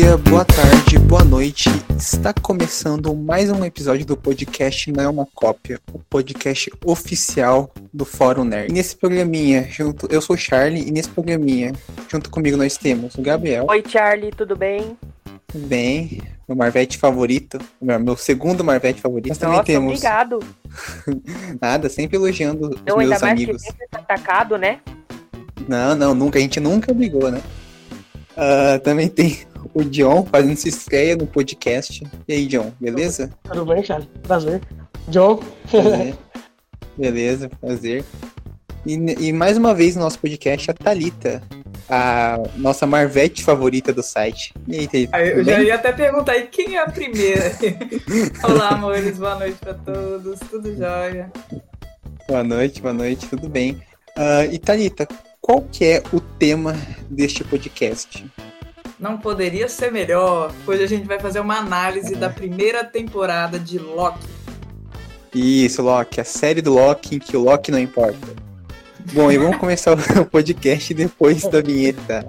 dia, boa tarde, boa noite. Está começando mais um episódio do podcast Não é uma Cópia, o podcast oficial do Fórum Nerd. E nesse programinha, eu sou o Charlie, e nesse programinha, junto comigo nós temos o Gabriel. Oi, Charlie, tudo bem? Tudo bem, meu Marvete favorito, meu segundo Marvete favorito. Nós também temos... obrigado. Nada, sempre elogiando os Não, meus ainda mais amigos. que sempre tá atacado, né? Não, nunca, a gente nunca brigou, né? Também tem o John fazendo sua estreia no podcast. E aí, John, beleza? Tudo bem, Charlie? Prazer. John. Beleza, prazer. E mais uma vez no nosso podcast, a Thalita, a nossa Marvete favorita do site. E aí, Thalita? Eu já ia até perguntar aí quem é a primeira. Olá, amores, boa noite pra todos, tudo jóia? Boa noite, tudo bem. E Thalita, qual que é o tema deste podcast? Não poderia ser melhor. Hoje a gente vai fazer uma análise da primeira temporada de Loki. Isso, Loki, a série do Loki em que o Loki não importa. Bom, e vamos começar o podcast depois da vinheta.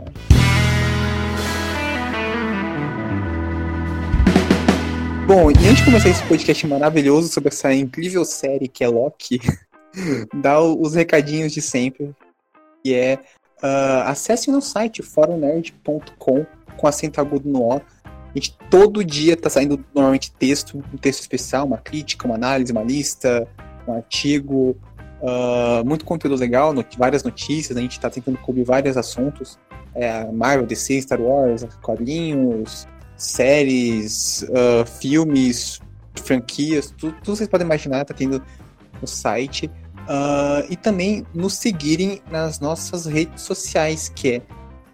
Bom, e antes de começar esse podcast maravilhoso sobre essa incrível série que é Loki, dá os recadinhos de sempre, que é acesse o nosso site, forumnerd.com, com acento agudo no O. A gente todo dia tá saindo normalmente um texto especial, uma crítica, uma análise, uma lista, um artigo, muito conteúdo legal, várias notícias, a gente tá tentando cobrir vários assuntos, Marvel, DC, Star Wars, quadrinhos, séries, filmes, franquias, tudo vocês podem imaginar, tá tendo no site. E também nos seguirem nas nossas redes sociais, que é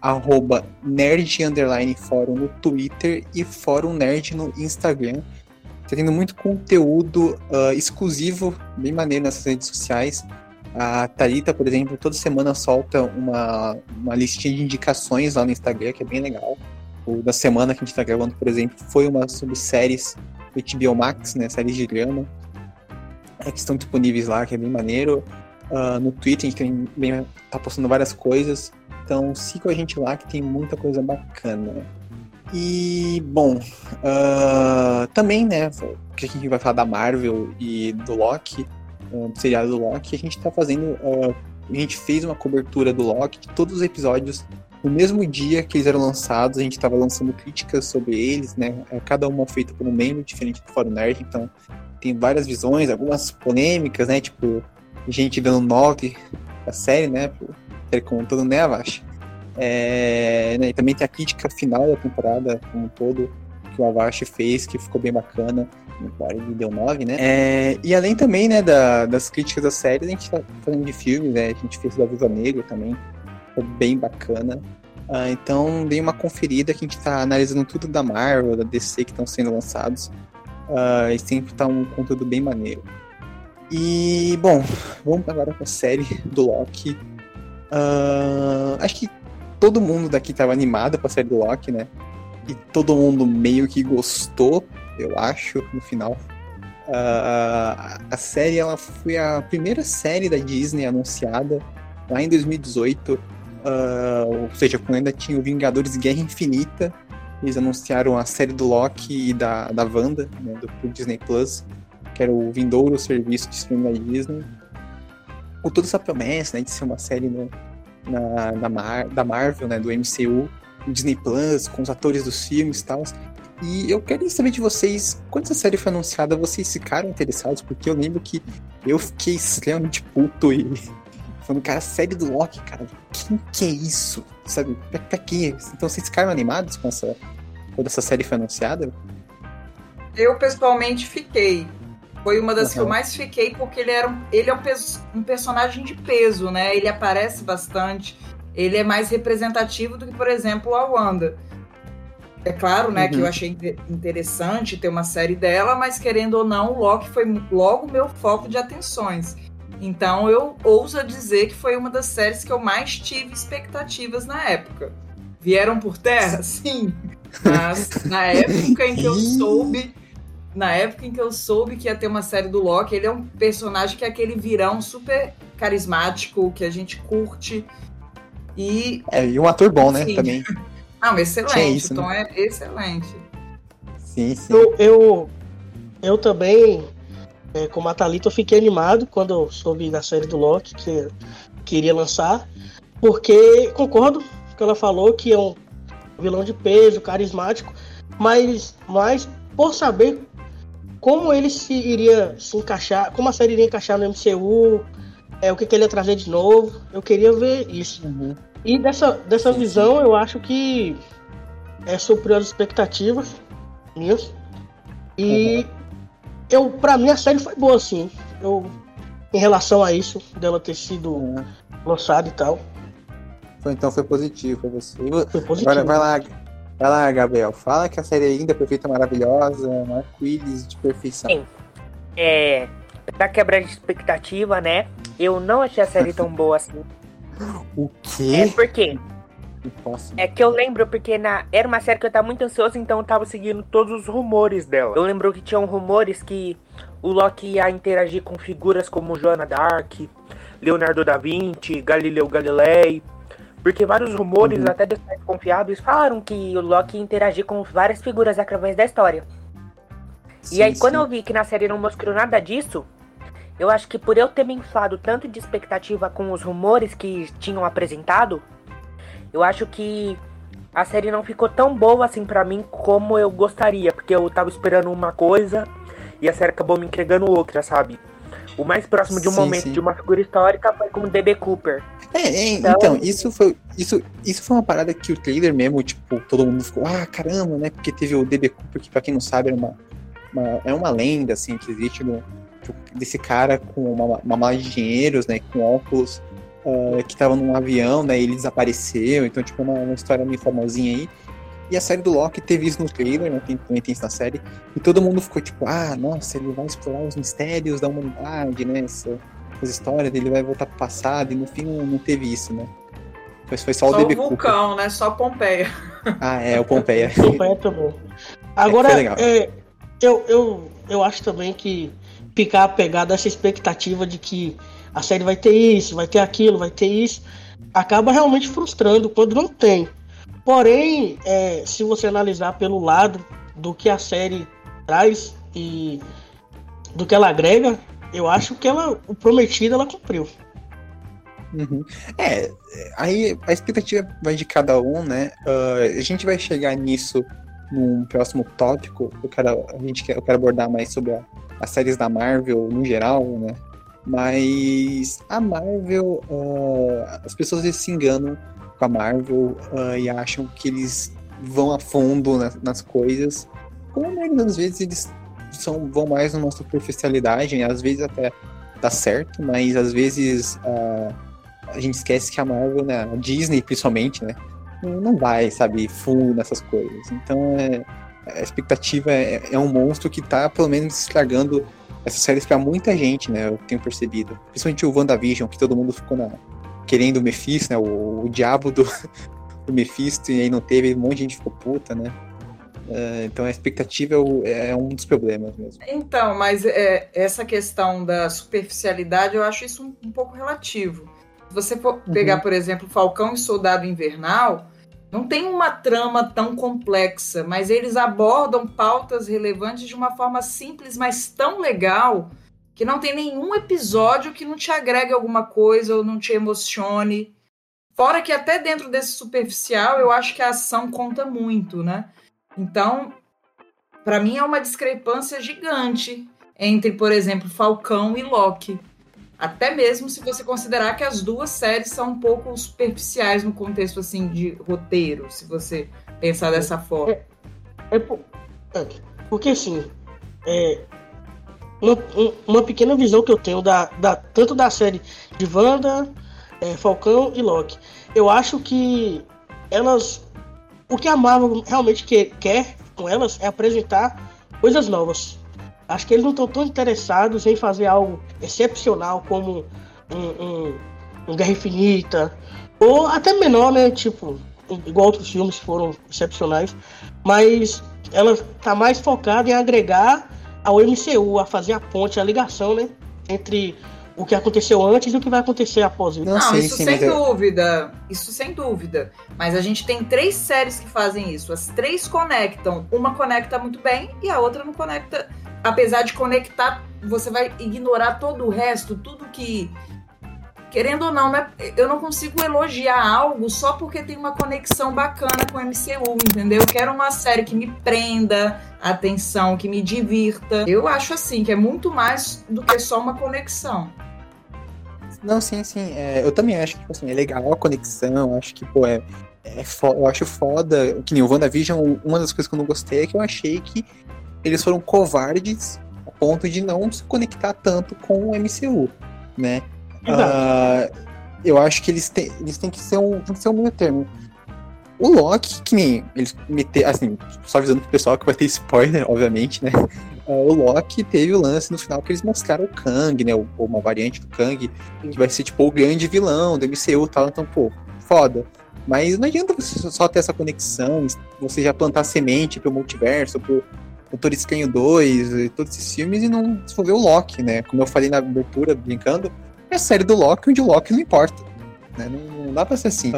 @nerd_fórum no Twitter e Fórum Nerd no Instagram. Tá tendo muito conteúdo exclusivo, bem maneiro nessas redes sociais. A Thalita, por exemplo, toda semana solta uma listinha de indicações lá no Instagram, que é bem legal. O da semana que a gente tá gravando, por exemplo, foi uma sobre séries do HBO Max, né, séries de drama, que estão disponíveis lá, que é bem maneiro. No Twitter a gente tá postando várias coisas, então sigam a gente lá que tem muita coisa bacana. E, bom, também, né, que a gente vai falar da Marvel e do Loki, do seriado do Loki, a gente tá fazendo, a gente fez uma cobertura do Loki, de todos os episódios, no mesmo dia que eles eram lançados, a gente tava lançando críticas sobre eles, né, cada uma feita por um membro diferente do Fórum Nerd, então tem várias visões, algumas polêmicas, né, tipo, gente dando 9 da série, né, série como um todo, né, Avash? Né, e também tem a crítica final da temporada como um todo, que o Avash fez, que ficou bem bacana, embora ele deu 9, né, e além também, né, das críticas da série, a gente tá falando de filmes, né, a gente fez da Viúva Negra também, ficou bem bacana. Então, dê uma conferida, que a gente tá analisando tudo da Marvel, da DC que estão sendo lançados, e sempre tá um conteúdo bem maneiro. E, bom, vamos agora pra série do Loki. Acho que todo mundo daqui tava animado pra série do Loki, né? E todo mundo meio que gostou, eu acho, no final. A série, ela foi a primeira série da Disney anunciada lá em 2018, ou seja, quando ainda tinha o Vingadores Guerra Infinita. Eles anunciaram a série do Loki e da Wanda, né, do Disney Plus, que era o vindouro serviço de streaming da Disney. Com toda essa promessa, né, de ser uma série da Marvel, né, do MCU, do Disney Plus, com os atores dos filmes e tal. E eu queria saber de vocês, quando essa série foi anunciada, vocês ficaram interessados? Porque eu lembro que eu fiquei extremamente puto e falando, cara, a série do Loki, cara, quem que é isso? Sabe, pra quê? Então vocês ficaram animados quando essa série foi anunciada? Eu, pessoalmente, fiquei. Foi uma das que eu mais fiquei, porque ele é um personagem de peso, né? Ele aparece bastante, ele é mais representativo do que, por exemplo, a Wanda. É claro, né, que eu achei interessante ter uma série dela, mas querendo ou não, o Loki foi logo meu foco de atenções. Então eu ouso dizer que foi uma das séries que eu mais tive expectativas na época. Vieram por terra? Sim. Mas na época em que eu soube que ia ter uma série do Loki, ele é um personagem que é aquele virão super carismático, que a gente curte. E um ator bom, né, também. Não, excelente. Tinha isso, o tom né? é excelente. Sim, sim. Eu também, como a Thalita, eu fiquei animado quando eu soube da série do Loki, que queria lançar, porque concordo com o que ela falou, que é um vilão de peso, carismático, mas por saber como ele iria se encaixar, como a série iria encaixar no MCU, o que ele ia trazer de novo, eu queria ver isso. Uhum. E dessa visão, eu acho que supriu as expectativas minhas. E pra mim a série foi boa, assim. Em relação a isso, dela ter sido lançada e tal. Então foi positivo pra você. Foi positivo. Agora vai lá, Gabriel. Fala que a série é linda, perfeita, maravilhosa, um arco-íris de perfeição. Sim. Pra quebrar de expectativa, né? Eu não achei a série tão boa assim. O quê? Por quê? Posso. É que eu lembro porque era uma série que eu tava muito ansioso, então eu tava seguindo todos os rumores dela. Eu lembro que tinham rumores que o Loki ia interagir com figuras como Joana d'Arc, Leonardo da Vinci, Galileu Galilei. Porque vários rumores, até de sites confiáveis, falaram que o Loki ia interagir com várias figuras através da história. Sim, e aí, quando sim. eu vi que na série não mostrou nada disso, eu acho que por eu ter me inflado tanto de expectativa com os rumores que tinham apresentado, eu acho que a série não ficou tão boa assim pra mim como eu gostaria. Porque eu tava esperando uma coisa e a série acabou me entregando outra, sabe? O mais próximo de um momento de uma figura histórica foi com o D.B. Cooper. Então, isso foi uma parada que o trailer mesmo, tipo, todo mundo ficou, caramba, né? Porque teve o D.B. Cooper, que pra quem não sabe é uma lenda, assim, que existe desse cara com uma mala de dinheiros, né? Com óculos, que tava num avião, né? E ele desapareceu, então, tipo, uma história meio famosinha aí. E a série do Loki teve isso no trailer, né? Também tem isso na série. E todo mundo ficou tipo, nossa, ele vai explorar os mistérios da humanidade, né? Essas histórias dele, vai voltar pro passado. E no fim não teve isso, né? Foi só o D.B. Cooper. Vulcão, né? Só Pompeia. O Pompeia. Pompeia também. Agora, foi legal. Eu acho também que ficar apegado a essa expectativa de que a série vai ter isso, vai ter aquilo, vai ter isso, acaba realmente frustrando quando não tem. Porém, se você analisar pelo lado do que a série traz e do que ela agrega, eu acho que o prometido ela cumpriu. Aí a expectativa vai de cada um, né? A gente vai chegar nisso num próximo tópico. Eu quero abordar mais sobre as séries da Marvel no geral, né? Mas a Marvel, as pessoas às vezes se enganam com a Marvel e acham que eles vão a fundo nas coisas. Como a maioria das vezes eles vão mais numa superficialidade, né? Às vezes até dá certo, mas às vezes a gente esquece que a Marvel, né, a Disney principalmente, né, não vai, sabe, fundo nessas coisas. Então a expectativa é um monstro que tá pelo menos estragando essas séries pra muita gente, né, eu tenho percebido. Principalmente o WandaVision, que todo mundo ficou querendo o Mephisto, né, o diabo do Mephisto, e aí não teve, um monte de gente ficou puta, né. Então a expectativa é um dos problemas mesmo. Então, mas essa questão da superficialidade, eu acho isso um pouco relativo. Se você for pegar, por exemplo, Falcão e Soldado Invernal, não tem uma trama tão complexa, mas eles abordam pautas relevantes de uma forma simples, mas tão legal, que não tem nenhum episódio que não te agregue alguma coisa ou não te emocione. Fora que até dentro desse superficial, eu acho que a ação conta muito, né? Então, para mim é uma discrepância gigante entre, por exemplo, Falcão e Loki. Até mesmo se você considerar que as duas séries são um pouco superficiais no contexto assim de roteiro, se você pensar dessa forma. Porque assim, uma pequena visão que eu tenho tanto da série de Wanda, Falcão e Loki. Eu acho que o que a Marvel realmente quer com elas é apresentar coisas novas. Acho que eles não estão tão interessados em fazer algo excepcional como um Guerra Infinita, ou até menor, né? Tipo, igual outros filmes que foram excepcionais, mas ela está mais focada em agregar ao MCU, a fazer a ponte, a ligação, né? Entre o que aconteceu antes e o que vai acontecer após isso. Não, isso sem dúvida. Isso sem dúvida. Mas a gente tem 3 séries que fazem isso. As 3 conectam. Uma conecta muito bem e a outra não conecta. Apesar de conectar, você vai ignorar todo o resto, tudo que... Querendo ou não, né? Eu não consigo elogiar algo só porque tem uma conexão bacana com o MCU, entendeu? Eu quero uma série que me prenda a atenção, que me divirta. Eu acho assim, que é muito mais do que só uma conexão. Não, sim. Eu também acho que, tipo assim, é legal a conexão, acho que, pô, eu acho foda, que nem o WandaVision, uma das coisas que eu não gostei é que eu achei que eles foram covardes a ponto de não se conectar tanto com o MCU, né? Eu acho que eles têm que ser um meio termo. O Loki, que nem eles meteram, assim, só avisando pro pessoal que vai ter spoiler, obviamente, né? O Loki teve o lance no final que eles mostraram o Kang, né? Ou uma variante do Kang, que vai ser tipo o grande vilão do MCU e tal. Então, pô, foda. Mas não adianta você só ter essa conexão, você já plantar semente pro multiverso, pro Doutor Estranho 2 e todos esses filmes e não desenvolver o Loki, né? Como eu falei na abertura, brincando, é a série do Loki onde o Loki não importa, né? Não dá pra ser assim.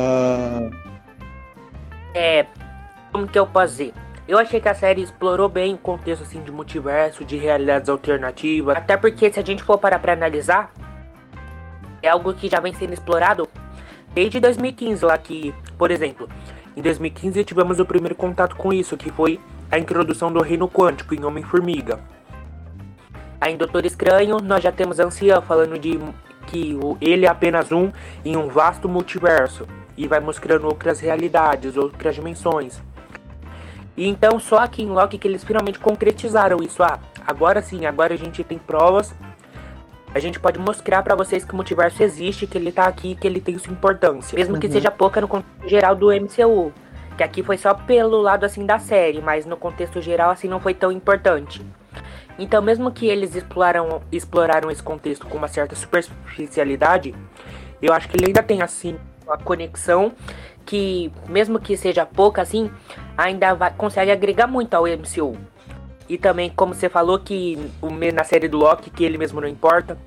Como que eu posso dizer? Eu achei que a série explorou bem o contexto assim, de multiverso, de realidades alternativas. Até porque se a gente for parar pra analisar, é algo que já vem sendo explorado desde 2015, lá que, por exemplo, em 2015 tivemos o primeiro contato com isso, que foi a introdução do reino quântico em Homem-Formiga. Aí em Doutor Estranho nós já temos a Anciã falando de que ele é apenas um em um vasto multiverso e vai mostrando outras realidades, outras dimensões. E então só aqui em Loki que eles finalmente concretizaram isso. Agora sim, agora a gente tem provas. A gente pode mostrar pra vocês que o multiverso existe, que ele tá aqui, que ele tem sua importância. Mesmo que seja pouca no contexto geral do MCU. Que aqui foi só pelo lado assim da série, mas no contexto geral assim não foi tão importante. Então mesmo que eles exploraram esse contexto com uma certa superficialidade, eu acho que ele ainda tem assim uma conexão que, mesmo que seja pouca assim, ainda consegue agregar muito ao MCU. E também, como você falou, que na série do Loki, que ele mesmo não importa.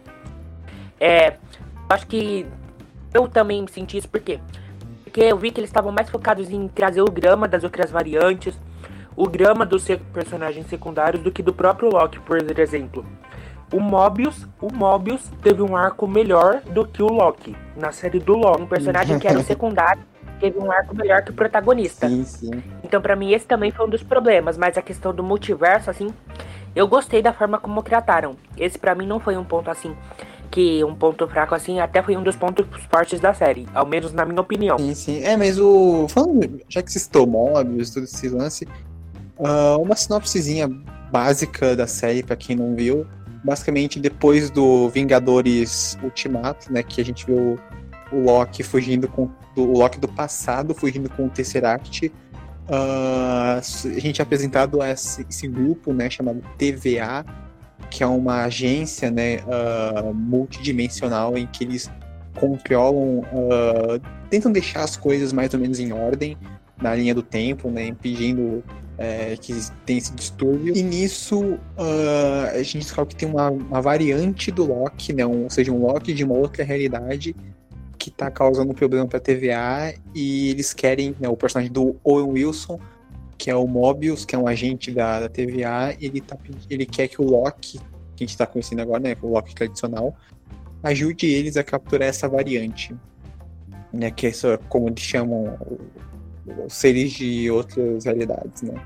Acho que eu também senti isso, por quê? Porque eu vi que eles estavam mais focados em trazer o drama das outras variantes, o drama dos personagens secundários do que do próprio Loki, por exemplo. O Mobius teve um arco melhor do que o Loki, na série do Loki. Um personagem que era o secundário teve um arco melhor que o protagonista. Sim. Então pra mim esse também foi um dos problemas, mas a questão do multiverso, assim, eu gostei da forma como trataram. Esse pra mim não foi um ponto assim, que um ponto fraco assim, até foi um dos pontos fortes da série, ao menos na minha opinião. Sim. Mas falando, já que você citou Mobius, todo esse lance, uma sinopsezinha básica da série pra quem não viu. Basicamente, depois do Vingadores Ultimato, né, que a gente viu o Loki o Loki do passado fugindo com o Tesseract, a gente é apresentado a esse grupo, né, chamado TVA, que é uma agência, né, multidimensional em que eles controlam, tentam deixar as coisas mais ou menos em ordem na linha do tempo, né, impedindo que tem esse distúrbio. E nisso a gente descobre que tem uma variante do Loki, né? Ou seja, um Loki de uma outra realidade que tá causando um problema pra TVA, e eles querem, né, o personagem do Owen Wilson, que é o Mobius, que é um agente da TVA, ele quer que o Loki, que a gente tá conhecendo agora, né, o Loki tradicional, ajude eles a capturar essa variante, né, que é como eles chamam os seres de outras realidades, né.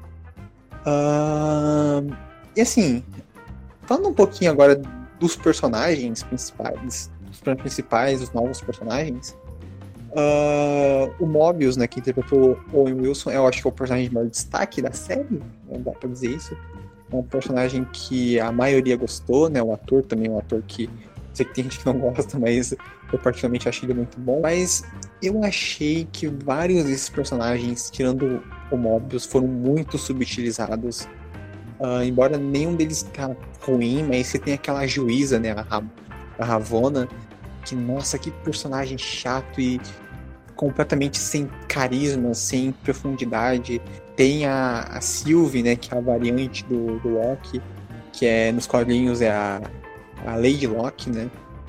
E assim, falando um pouquinho agora dos personagens principais, os novos personagens, o Mobius, né, que interpretou o Owen Wilson, eu acho que é o personagem de maior destaque da série, não dá pra dizer isso. É um personagem que a maioria gostou, né, o ator também é um ator que sei que tem gente que não gosta, mas eu particularmente achei ele muito bom. Mas eu achei que vários desses personagens, tirando o Mobius, foram muito subutilizados. Embora nenhum deles tá ruim, mas você tem aquela juíza, né, a Ravonna, que, nossa, que personagem chato e completamente sem carisma, sem profundidade. Tem a Sylvie, né, que é a variante do Loki, que nos quadrinhos é a Lady Locke, né?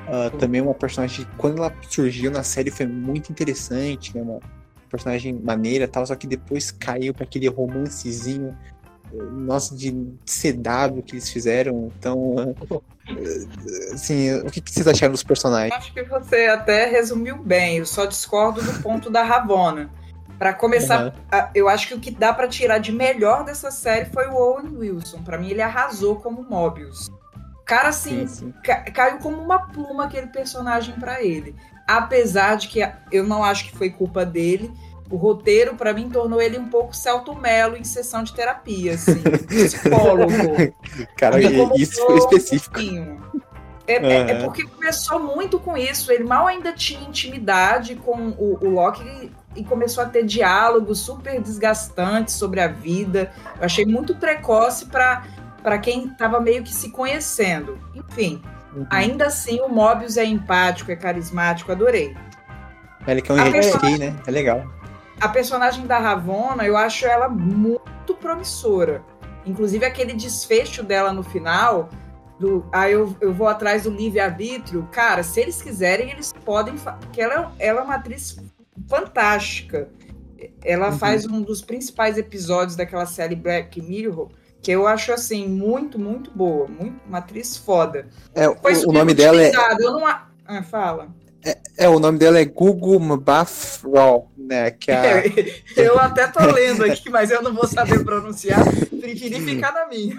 Também uma personagem, quando ela surgiu na série, foi muito interessante, né? Uma personagem maneira e tal, só que depois caiu para aquele romancezinho, nossa, de CW que eles fizeram. Então, assim, o que vocês acharam dos personagens? Acho que você até resumiu bem, eu só discordo do ponto da Ravonna. Para começar, eu acho que o que dá para tirar de melhor dessa série foi o Owen Wilson. Para mim, ele arrasou como Mobius. O cara, assim, caiu como uma pluma aquele personagem para ele. Apesar de que eu não acho que foi culpa dele, o roteiro, para mim, tornou ele um pouco Celto Mello em sessão de terapia, assim, psicólogo. Cara, isso foi específico. É porque começou muito com isso. Ele mal ainda tinha intimidade com o Loki e começou a ter diálogos super desgastantes sobre a vida. Eu achei muito precoce para quem estava meio que se conhecendo. Enfim, ainda assim o Mobius é empático, é carismático, adorei. Ele que é um jeito, né? É legal. A personagem da Ravonna, eu acho ela muito promissora. Inclusive aquele desfecho dela no final, eu vou atrás do livre-arbítrio. Cara, se eles quiserem, eles podem... Porque ela é uma atriz fantástica. Ela faz um dos principais episódios daquela série Black Mirror, que eu acho, assim, muito, muito boa. Uma atriz foda. O nome dela é... Eu não... fala. O nome dela é Gugu Mbatha-Raw, né? Eu até tô lendo aqui, mas eu não vou saber pronunciar. Preferi ficar na minha.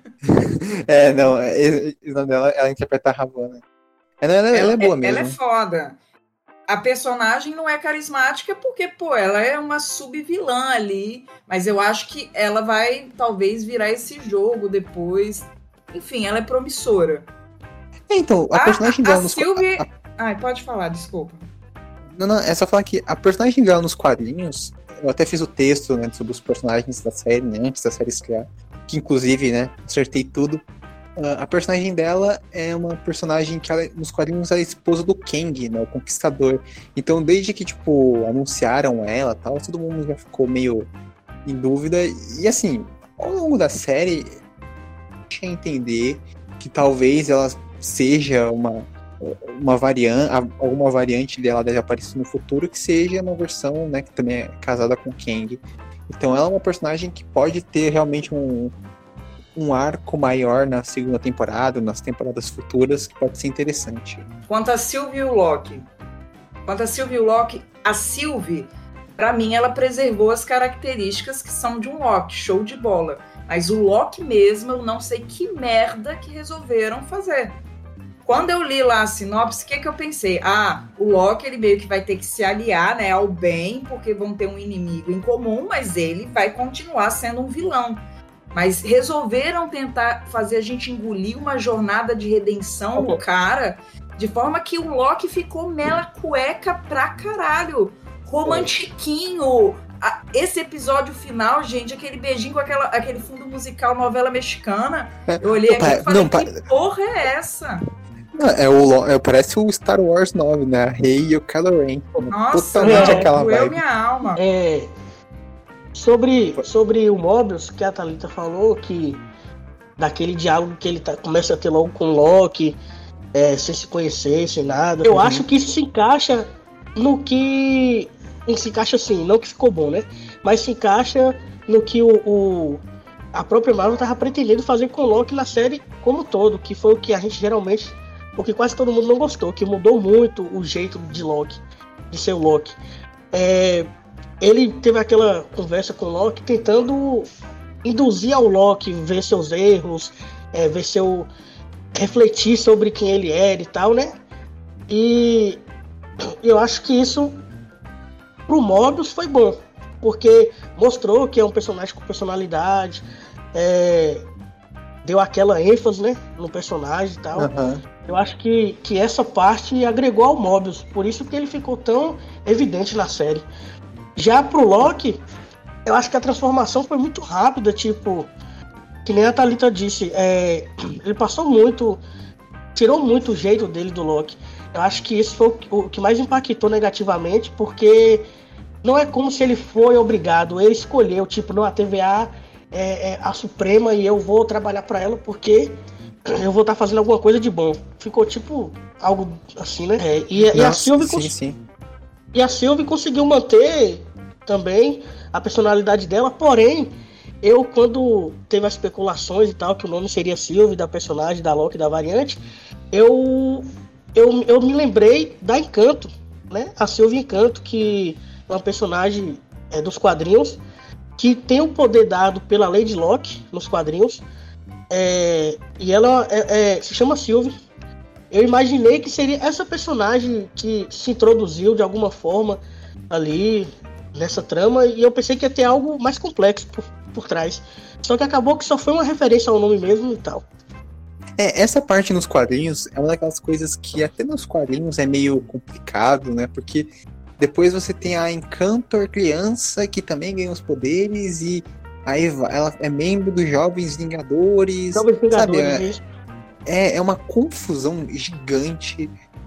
O nome dela, ela interpreta a Ravonna. Ela é boa mesmo. Ela é foda. A personagem não é carismática porque, ela é uma sub-vilã ali, mas eu acho que ela vai, talvez, virar esse jogo depois. Enfim, ela é promissora. Então, a personagem dela... pode falar, desculpa. Não, é só falar que a personagem dela nos quadrinhos, eu até fiz o texto, né, sobre os personagens da série, né, antes da série estrear, que inclusive, né, acertei tudo. A personagem dela é uma personagem que nos quadrinhos é a esposa do Kang, né, o Conquistador. Então, desde que, anunciaram ela e tal, todo mundo já ficou meio em dúvida. E assim, ao longo da série, deixa eu entender que talvez ela seja alguma variante dela deve aparecer no futuro, que seja uma versão, né, que também é casada com Kang. Então ela é uma personagem que pode ter realmente um arco maior na segunda temporada, nas temporadas futuras, que pode ser interessante. Quanto a Sylvie e o Loki, a Sylvie, pra mim, ela preservou as características que são de um Loki, show de bola. Mas o Loki mesmo, eu não sei que merda que resolveram fazer. Quando eu li lá a sinopse, o que eu pensei? O Loki, ele meio que vai ter que se aliar, né, ao bem, porque vão ter um inimigo em comum, mas ele vai continuar sendo um vilão. Mas resolveram tentar fazer a gente engolir uma jornada de redenção no cara, de forma que o Loki ficou mela cueca pra caralho. Romantiquinho. Esse episódio final, gente, aquele beijinho com aquele fundo musical novela mexicana. Eu olhei aqui e falei, que porra é essa? Parece o Star Wars 9, né? A Rey e o Kylo Ren. Nossa, doeu minha alma. Sobre o Mobius, que a Thalita falou, que daquele diálogo que ele começa a ter logo com o Loki, sem se conhecer, sem nada. Eu acho que isso se encaixa no que... Se encaixa assim, não que ficou bom, né? Mas se encaixa no que a própria Marvel estava pretendendo fazer com o Loki na série como um todo, que foi o que a gente geralmente... O que quase todo mundo não gostou, que mudou muito o jeito de Loki, de ser o Loki. Ele teve aquela conversa com o Loki tentando induzir ao Loki ver seus erros, refletir sobre quem ele era e tal, né? E eu acho que isso pro Mobius foi bom, porque mostrou que é um personagem com personalidade, deu aquela ênfase, né, no personagem e tal. Eu acho que essa parte agregou ao Mobius, por isso que ele ficou tão evidente na série. Já pro Loki, eu acho que a transformação foi muito rápida, tipo, que nem a Thalita disse, ele passou muito, tirou muito o jeito dele do Loki. Eu acho que isso foi o que mais impactou negativamente, porque não é como se ele foi obrigado, ele escolheu, tipo, não, a TVA é a suprema e eu vou trabalhar para ela porque eu vou estar fazendo alguma coisa de bom. Ficou tipo algo assim, né? E a Sylvie sim. E a Sylvie conseguiu manter também a personalidade dela, porém, quando teve as especulações e tal, que o nome seria Sylvie, da personagem, da Loki, da variante, eu me lembrei da Encanto, né? A Sylvie Encanto, que é uma personagem dos quadrinhos, que tem o poder dado pela Lady Locke nos quadrinhos, e ela se chama Sylvie. Eu imaginei que seria essa personagem que se introduziu de alguma forma ali nessa trama, e eu pensei que ia ter algo mais complexo por trás. Só que acabou que só foi uma referência ao nome mesmo e tal. Essa parte nos quadrinhos é uma daquelas coisas que até nos quadrinhos é meio complicado, né? Porque depois você tem a Encantor criança, que também ganha os poderes, e aí ela é membro dos Jovens Vingadores. Sabe? É uma confusão gigante.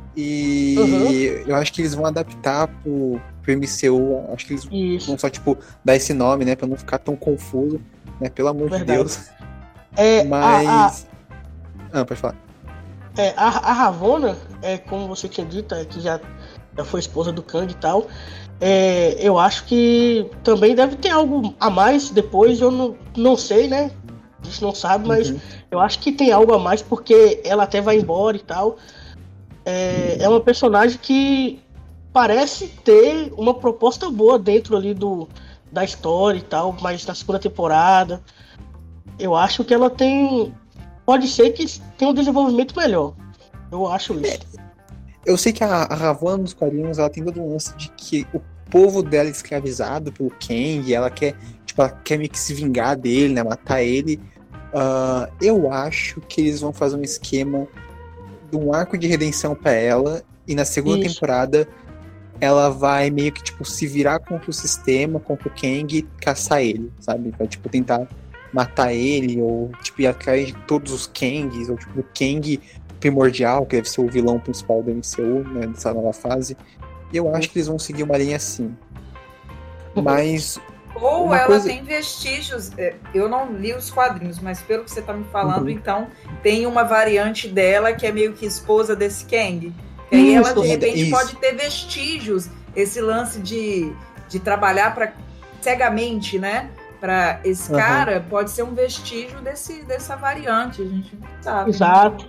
E eu acho que eles vão adaptar pro MCU. Acho que eles vão só, tipo, dar esse nome, né? Pra não ficar tão confuso, né? Pelo amor de Deus. Mas... pode falar. A Ravonna, como você tinha dito, que já foi esposa do Kang e tal. Eu acho que também deve ter algo a mais depois. Eu não sei, né? A gente não sabe, mas eu acho que tem algo a mais, porque ela até vai embora e tal. É uma personagem que parece ter uma proposta boa dentro ali da história e tal, mas na segunda temporada eu acho que ela pode ser que tenha um desenvolvimento melhor. Eu acho isso. Eu sei que a Ravonna nos quadrinhos, ela tem todo um lance de que o povo dela é escravizado pelo Kang, ela quer meio que se vingar dele, né, matar ele. Eu acho que eles vão fazer um esquema de um arco de redenção pra ela, e na segunda temporada ela vai meio que, tipo, se virar contra o sistema, contra o Kang, e caçar ele, sabe? Vai, tipo, tentar matar ele, ou, tipo, ir atrás de todos os Kangs, ou, tipo, o Kang primordial, que deve ser o vilão principal do MCU, né, dessa nova fase. E eu acho que eles vão seguir uma linha assim. Mas... Ou ela tem vestígios, eu não li os quadrinhos, mas pelo que você tá me falando, então, tem uma variante dela que é meio que esposa desse Kang. E aí ela, de repente, pode ter vestígios, esse lance de trabalhar cegamente, né? Para esse cara, pode ser um vestígio dessa variante, a gente não sabe. Exato.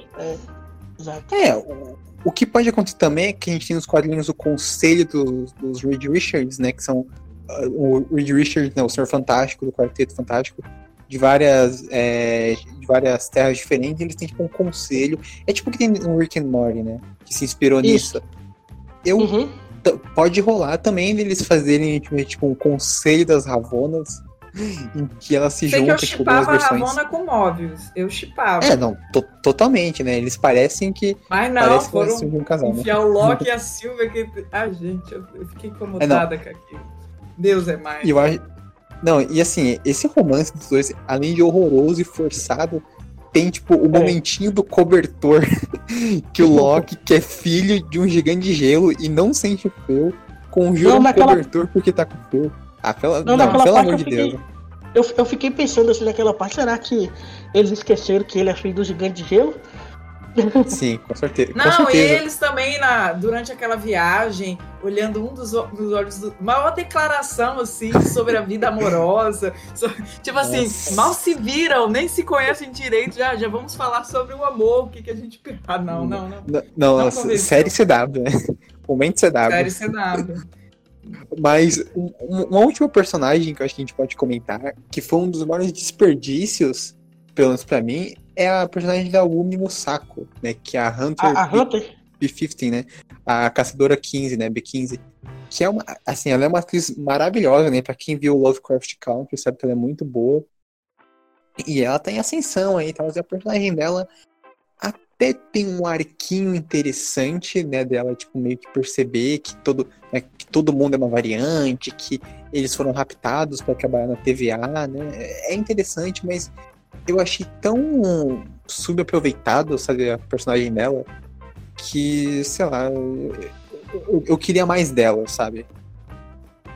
O que pode acontecer também é que a gente tem nos quadrinhos o conselho dos Reed Richards, né? Que são o Reed Richards, né, o Senhor Fantástico, do Quarteto Fantástico, de várias terras diferentes. Eles têm, tipo, um conselho. É tipo que tem um Rick and Morty, né? Que se inspirou nisso. Pode rolar também deles fazerem, tipo, um conselho das Ravonnas, em que elas se juntam, tipo, duas versões. Eu chipava a Ravonna com Mobius. Eu chipava. Totalmente, né? Eles parecem que... Mas não, foram um casal, enfiar, né? O Loki e a Sylvie que... gente, eu fiquei incomodada com aquilo. Deus é mais. E assim, esse romance dos dois, além de horroroso e forçado, tem, tipo, o momentinho do cobertor, que o Loki, que é filho de um gigante de gelo e não sente frio, conjura um cobertor porque tá com frio. Pelo amor de Deus. Eu fiquei pensando assim naquela parte, será que eles esqueceram que ele é filho do gigante de gelo? Sim, com certeza. E eles também, durante aquela viagem, olhando um dos olhos maior declaração, assim, sobre a vida amorosa. Tipo assim, mal se viram, nem se conhecem direito, já vamos falar sobre o amor, o que a gente... Não, série CW, né? Momento CW. Série CW. Mas uma última personagem que eu acho que a gente pode comentar, que foi um dos maiores desperdícios, pelo menos pra mim, é a personagem da Wumi Musako, né? Que é a Hunter B-15, né? A Caçadora 15, né? B-15. Que é uma... Assim, ela é uma atriz maravilhosa, né? Pra quem viu Lovecraft Country, sabe que ela é muito boa. E ela tá em ascensão aí, tá? Mas a personagem dela até tem um arquinho interessante, né? Dela, tipo, meio que perceber que todo mundo é uma variante, que eles foram raptados pra trabalhar na TVA, né? É interessante, mas eu achei tão subaproveitado, sabe, a personagem dela, que, sei lá, eu queria mais dela, sabe?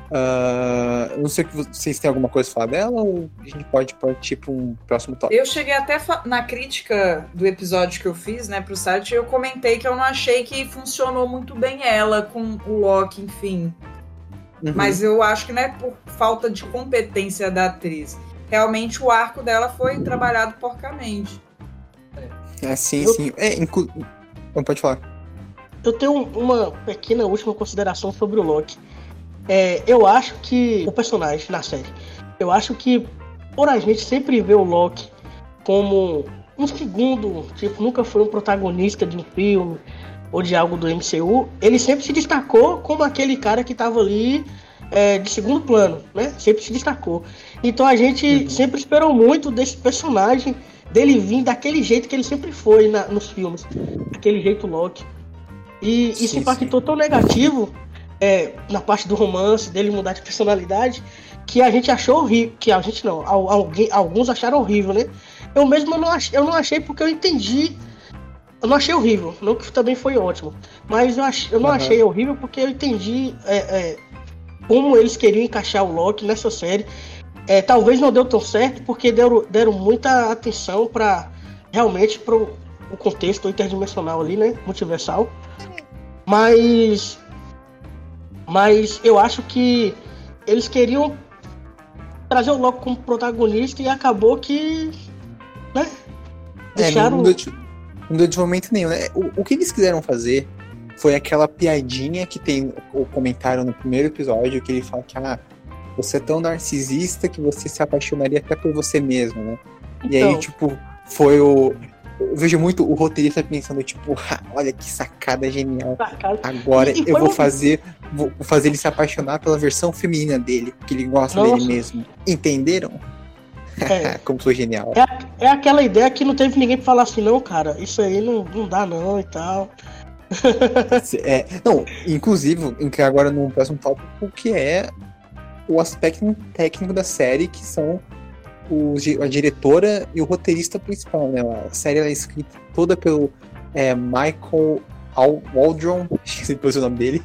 Não sei que vocês têm alguma coisa a falar dela ou a gente pode partir para um próximo tópico. Eu cheguei até na crítica do episódio que eu fiz, né, pro site, eu comentei que eu não achei que funcionou muito bem ela com o Loki, enfim. Mas eu acho que não é por falta de competência da atriz. Realmente o arco dela foi trabalhado porcamente. Sim. Não pode falar. Eu tenho uma pequena última consideração sobre o Loki. Eu acho que o personagem na série, eu acho que por a gente sempre ver o Loki como um segundo, tipo, nunca foi um protagonista de um filme ou de algo do MCU, ele sempre se destacou como aquele cara que estava ali de segundo plano, né? Sempre se destacou. Então a gente sempre esperou muito desse personagem, dele vir daquele jeito que ele sempre foi nos filmes, aquele jeito Loki. E isso impactou tão negativo na parte do romance, dele mudar de personalidade, que a gente achou horrível, que a gente não, alguns acharam horrível, né? Eu mesmo eu não achei porque eu entendi. Eu não achei horrível, não que também foi ótimo, mas eu não achei horrível porque eu entendi como eles queriam encaixar o Loki nessa série. Talvez não deu tão certo porque deram muita atenção para realmente pro o contexto interdimensional ali, né, multiversal. Mas eu acho que eles queriam trazer o Loki como protagonista e acabou que, né, deixaram... Não deu de momento nenhum, né? O que eles quiseram fazer foi aquela piadinha que tem o comentário no primeiro episódio, que ele fala que você é tão narcisista que você se apaixonaria até por você mesmo, né? Então... E aí, tipo, foi o... Eu vejo muito o roteirista pensando, tipo, olha que sacada genial. Agora eu vou fazer ele se apaixonar pela versão feminina dele, que ele gosta dele mesmo. Entenderam? Como sou genial. É aquela ideia que não teve ninguém pra falar assim, não, cara, isso aí não dá não e tal. Não, inclusive, entrar agora no próximo tópico, que é o aspecto técnico da série, que são a diretora e o roteirista principal, né? A série é escrita toda pelo Michael Waldron, esqueci depois o nome dele.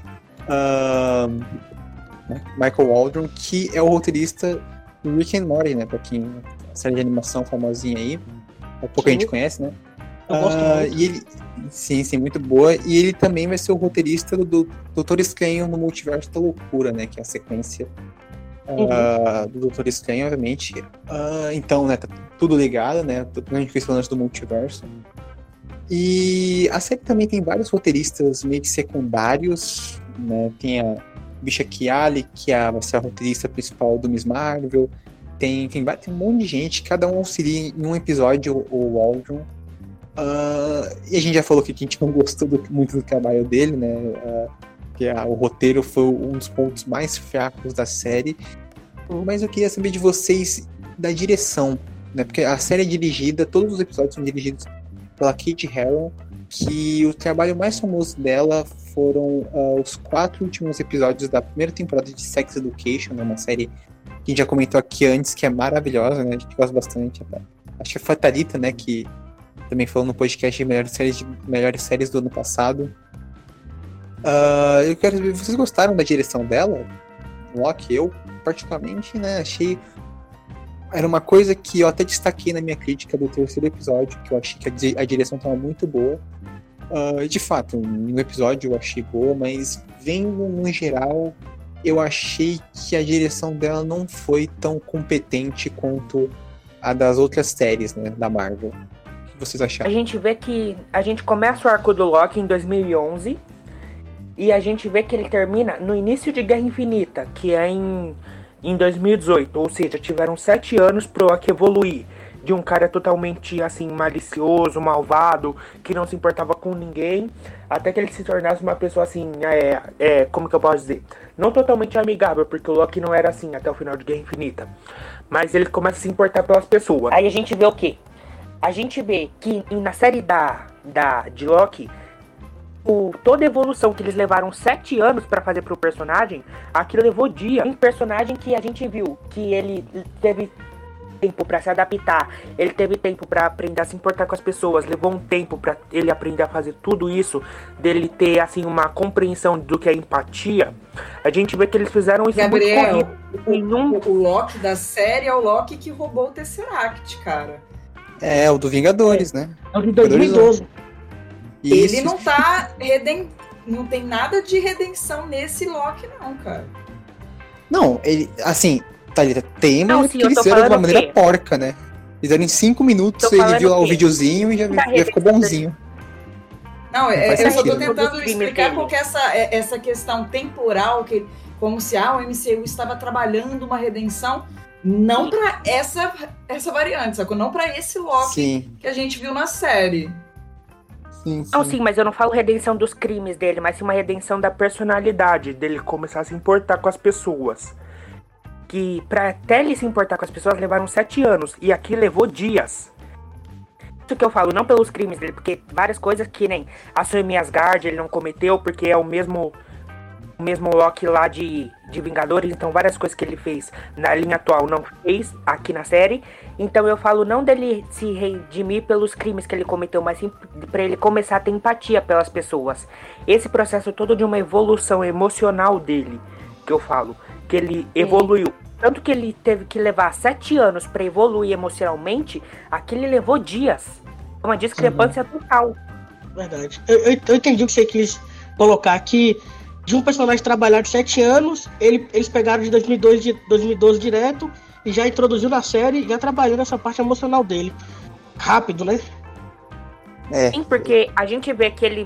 Michael Waldron, que é o roteirista do Rick and Morty, né? Pra quem a série de animação famosinha aí, pouca gente conhece, né? Eu gosto muito. E ele, sim, muito boa. E ele também vai ser o roteirista do Doutor Estranho no Multiverso da Loucura, né? Que é a sequência do Doutor Estranho, obviamente. Então, né, tá tudo ligado, né? A gente fez falando do multiverso. E a série também tem vários roteiristas meio que secundários, né? Tem a Bisha Kiali, que vai ser a roteirista principal do Miss Marvel. Tem um monte de gente, cada um auxilia em um episódio o Waldron. E a gente já falou que a gente não gostou muito do trabalho dele, né? Que o roteiro foi um dos pontos mais fracos da série. Mas eu queria saber de vocês da direção, né? Porque a série é dirigida, todos os episódios são dirigidos pela Kate Herron, que o trabalho mais famoso dela foram os 4 últimos episódios da primeira temporada de Sex Education, né? Uma série que a gente já comentou aqui antes, que é maravilhosa, né? A gente gosta bastante. Acho que foi a Thalita, né? Que também falou no podcast de melhores séries do ano passado. Eu quero saber, vocês gostaram da direção dela? Loki, eu particularmente, né, achei... Era uma coisa que eu até destaquei na minha crítica do terceiro episódio, que eu achei que a direção estava muito boa. De fato, no episódio eu achei boa, mas vendo no geral, eu achei que a direção dela não foi tão competente quanto a das outras séries, né, da Marvel. O que vocês acharam? A gente vê que a gente começa o arco do Loki em 2011 e a gente vê que ele termina no início de Guerra Infinita, que é em 2018, ou seja, tiveram 7 anos pro Loki evoluir de um cara totalmente assim malicioso, malvado, que não se importava com ninguém, até que ele se tornasse uma pessoa assim, como que eu posso dizer? Não totalmente amigável, porque o Loki não era assim até o final de Guerra Infinita, mas ele começa a se importar pelas pessoas. Aí a gente vê o quê? A gente vê que na série de Loki, toda a evolução que eles levaram 7 anos pra fazer pro personagem, aquilo levou dia. Um personagem que a gente viu que ele teve tempo pra se adaptar, ele teve tempo pra aprender a se importar com as pessoas, levou um tempo pra ele aprender a fazer tudo isso, dele ter, assim, uma compreensão do que é empatia. A gente vê que eles fizeram isso Gabriel, muito corrido. o Loki da série é o Loki que roubou o Tesseract, cara. É, o do Vingadores, né? É o de 2012. Isso. Ele não não tem nada de redenção nesse Loki, não, cara. Não, ele, assim, Thalita, tem, Não, mas sim, que eu eles tô fizeram de uma falando maneira que- porca, né? Fizeram em 5 minutos, Tô ele falando viu lá o que- videozinho e já ficou bonzinho. Não, faz eu só tô sentido. tentando Crime explicar dele. porque essa questão temporal, como se o MCU estava trabalhando uma redenção, não pra essa variante, sacou? Não pra esse Loki Sim, que a gente viu na série. sim. Não, sim, mas eu não falo redenção dos crimes dele, mas sim uma redenção da personalidade dele começar a se importar com as pessoas. Que pra até ele se importar com as pessoas levaram 7 anos, e aqui levou dias. Isso que eu falo, não pelos crimes dele, porque várias coisas que nem assumir Asgard ele não cometeu, porque é o mesmo Loki lá de Vingadores, então várias coisas que ele fez na linha atual não fez aqui na série. Então eu falo não dele se redimir pelos crimes que ele cometeu, mas sim pra ele começar a ter empatia pelas pessoas. Esse processo todo de uma evolução emocional dele, que eu falo, que ele evoluiu. Tanto que ele teve que levar 7 anos pra evoluir emocionalmente, aqui ele levou dias. É uma discrepância total. Verdade. Eu entendi o que você quis colocar aqui. De um personagem trabalhar de 7 anos, eles pegaram de 2012 direto e já introduziu na série, já trabalhou nessa parte emocional dele. Rápido, né? É. Sim, porque a gente vê que ele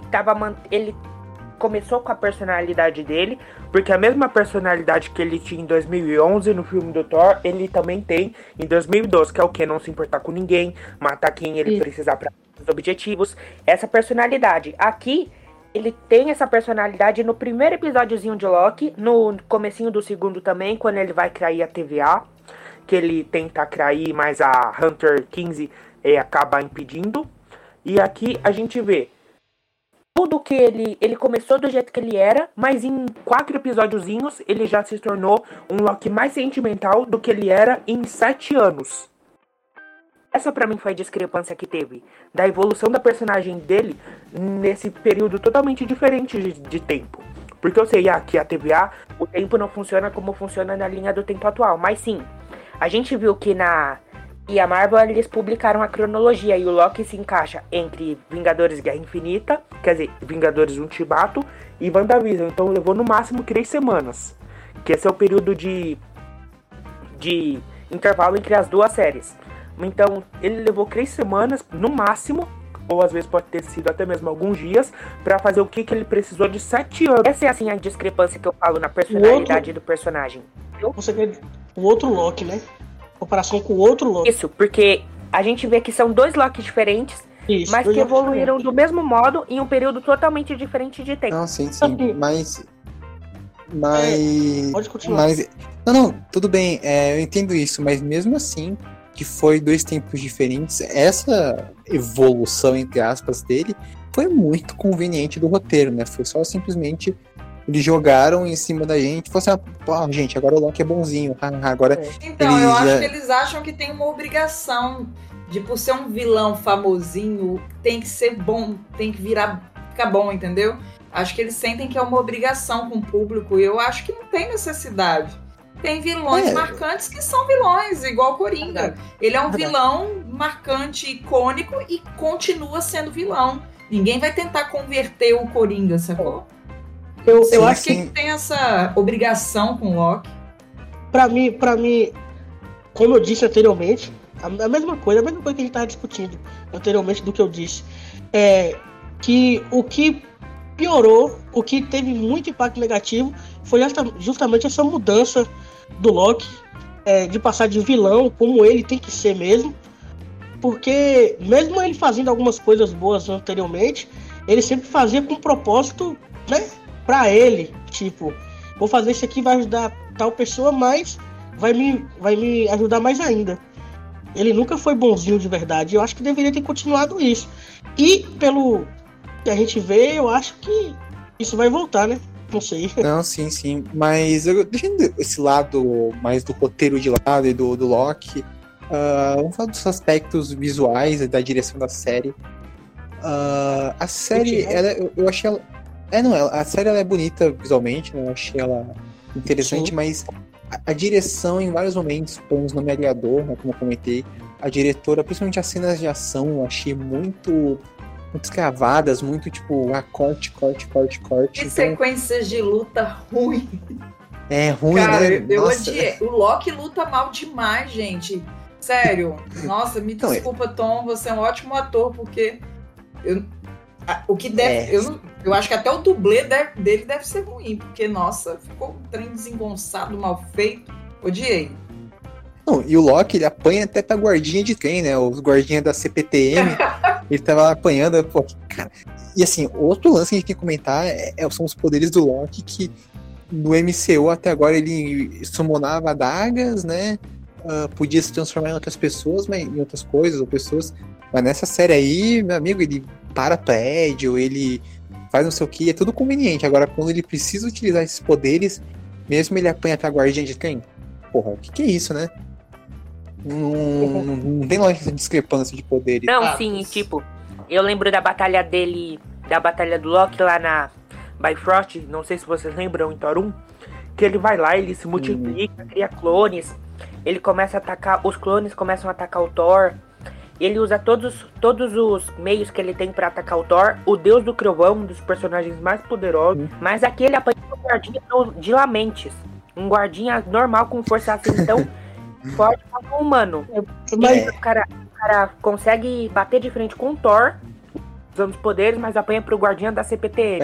começou com a personalidade dele, porque a mesma personalidade que ele tinha em 2011 no filme do Thor, ele também tem em 2012, que é o que? Não se importar com ninguém, matar quem ele precisar para os objetivos. Essa personalidade. Aqui, ele tem essa personalidade no primeiro episódiozinho de Loki, no comecinho do segundo também, quando ele vai criar a TVA, que ele tenta criar, mas a Hunter 15 acaba impedindo. E aqui a gente vê tudo que ele começou do jeito que ele era, mas em 4 episódiozinhos ele já se tornou um Loki mais sentimental do que ele era em 7 anos. Essa pra mim foi a discrepância que teve, da evolução da personagem dele nesse período totalmente diferente de tempo. Porque eu sei que a TVA, o tempo não funciona como funciona na linha do tempo atual, mas sim, a gente viu que e a Marvel, eles publicaram a cronologia e o Loki se encaixa entre Vingadores Guerra Infinita, quer dizer, Vingadores Ultimato e WandaVision. Então levou no máximo 3 semanas, que esse é o período de intervalo entre as duas séries. Então ele levou 3 semanas no máximo, ou às vezes pode ter sido até mesmo alguns dias, pra fazer o que ele precisou de 7 anos. Essa é assim a discrepância que eu falo na personalidade do personagem. Você vê o outro Loki, né? Em comparação com o outro Loki. Isso, porque a gente vê que são 2 Loki diferentes, Isso, mas dois que Loki evoluíram diferentes. do mesmo modo em um período totalmente diferente de tempo. Não, sim, Assim, mas pode continuar. Não, tudo bem, eu entendo isso, mas mesmo assim, que foi 2 tempos diferentes, essa evolução, entre aspas, dele, foi muito conveniente do roteiro, né? Foi só simplesmente, eles jogaram em cima da gente, e falaram assim, gente, agora o Loki é bonzinho, agora... Então, eu acho que eles acham que tem uma obrigação de, por ser um vilão famosinho, tem que ser bom, tem que ficar bom, entendeu? Acho que eles sentem que é uma obrigação com o público, e eu acho que não tem necessidade. Tem vilões marcantes que são vilões, igual o Coringa. Ele é um vilão marcante, icônico, e continua sendo vilão. Ninguém vai tentar converter o Coringa, sacou? Eu acho que tem essa obrigação com o Loki. Pra mim, como eu disse anteriormente, a mesma coisa que a gente estava discutindo anteriormente do que eu disse, é que o que piorou, o que teve muito impacto negativo, foi justamente essa mudança do Loki, de passar de vilão, como ele tem que ser mesmo, porque mesmo ele fazendo algumas coisas boas anteriormente, ele sempre fazia com propósito, né, pra ele, tipo, vou fazer isso aqui, vai ajudar tal pessoa, mas vai me ajudar mais ainda. Ele nunca foi bonzinho de verdade, eu acho que deveria ter continuado isso. E pelo que a gente vê, eu acho que isso vai voltar, né? Não sei. Não, sim, mas deixando esse lado mais do roteiro de lado e do Loki, Vamos falar dos aspectos visuais e da direção da série. A série, eu achei ela... a série ela é bonita visualmente, né? Eu achei ela interessante, mas a direção em vários momentos, pelo menos não me agradou, né? Como eu comentei. A diretora, principalmente as cenas de ação, eu achei muito escravadas, muito tipo, corte. E sequências de luta ruim. É ruim, cara, né? Eu odiei. O Loki luta mal demais, gente. Sério. Nossa, me desculpa, Tom, você é um ótimo ator, porque eu acho que até o dublê dele deve ser ruim, porque, nossa, ficou um trem desengonçado, mal feito. Odiei. Não, e o Loki, ele apanha até pra guardinha de trem, né? Os guardinhas da CPTM, ele tava lá apanhando, pô, cara. E assim, outro lance que a gente tem que comentar são os poderes do Loki, que no MCU até agora ele summonava adagas, né? Podia se transformar em outras pessoas, mas em outras coisas ou pessoas. Mas nessa série aí, meu amigo, ele para prédio, ele faz não sei o que, é tudo conveniente. Agora, quando ele precisa utilizar esses poderes, mesmo ele apanha pra guardinha de trem, porra, o que é isso, né? Não tem lógica essa discrepância de poderes. Não, sim, tipo, eu lembro da batalha dele, da batalha do Loki lá na Bifrost, não sei se vocês lembram, em Thor 1, que ele vai lá, ele se multiplica, cria clones, ele começa a atacar, os clones começam a atacar o Thor, ele usa todos os meios que ele tem pra atacar o Thor, o Deus do Trovão, um dos personagens mais poderosos, mas aqui ele apanha um guardinha de Lamentes, um guardinha normal com força assim tão forte como um humano. Mas o cara consegue bater de frente com o Thor, usando os poderes, mas apanha pro guardinha da CPTM.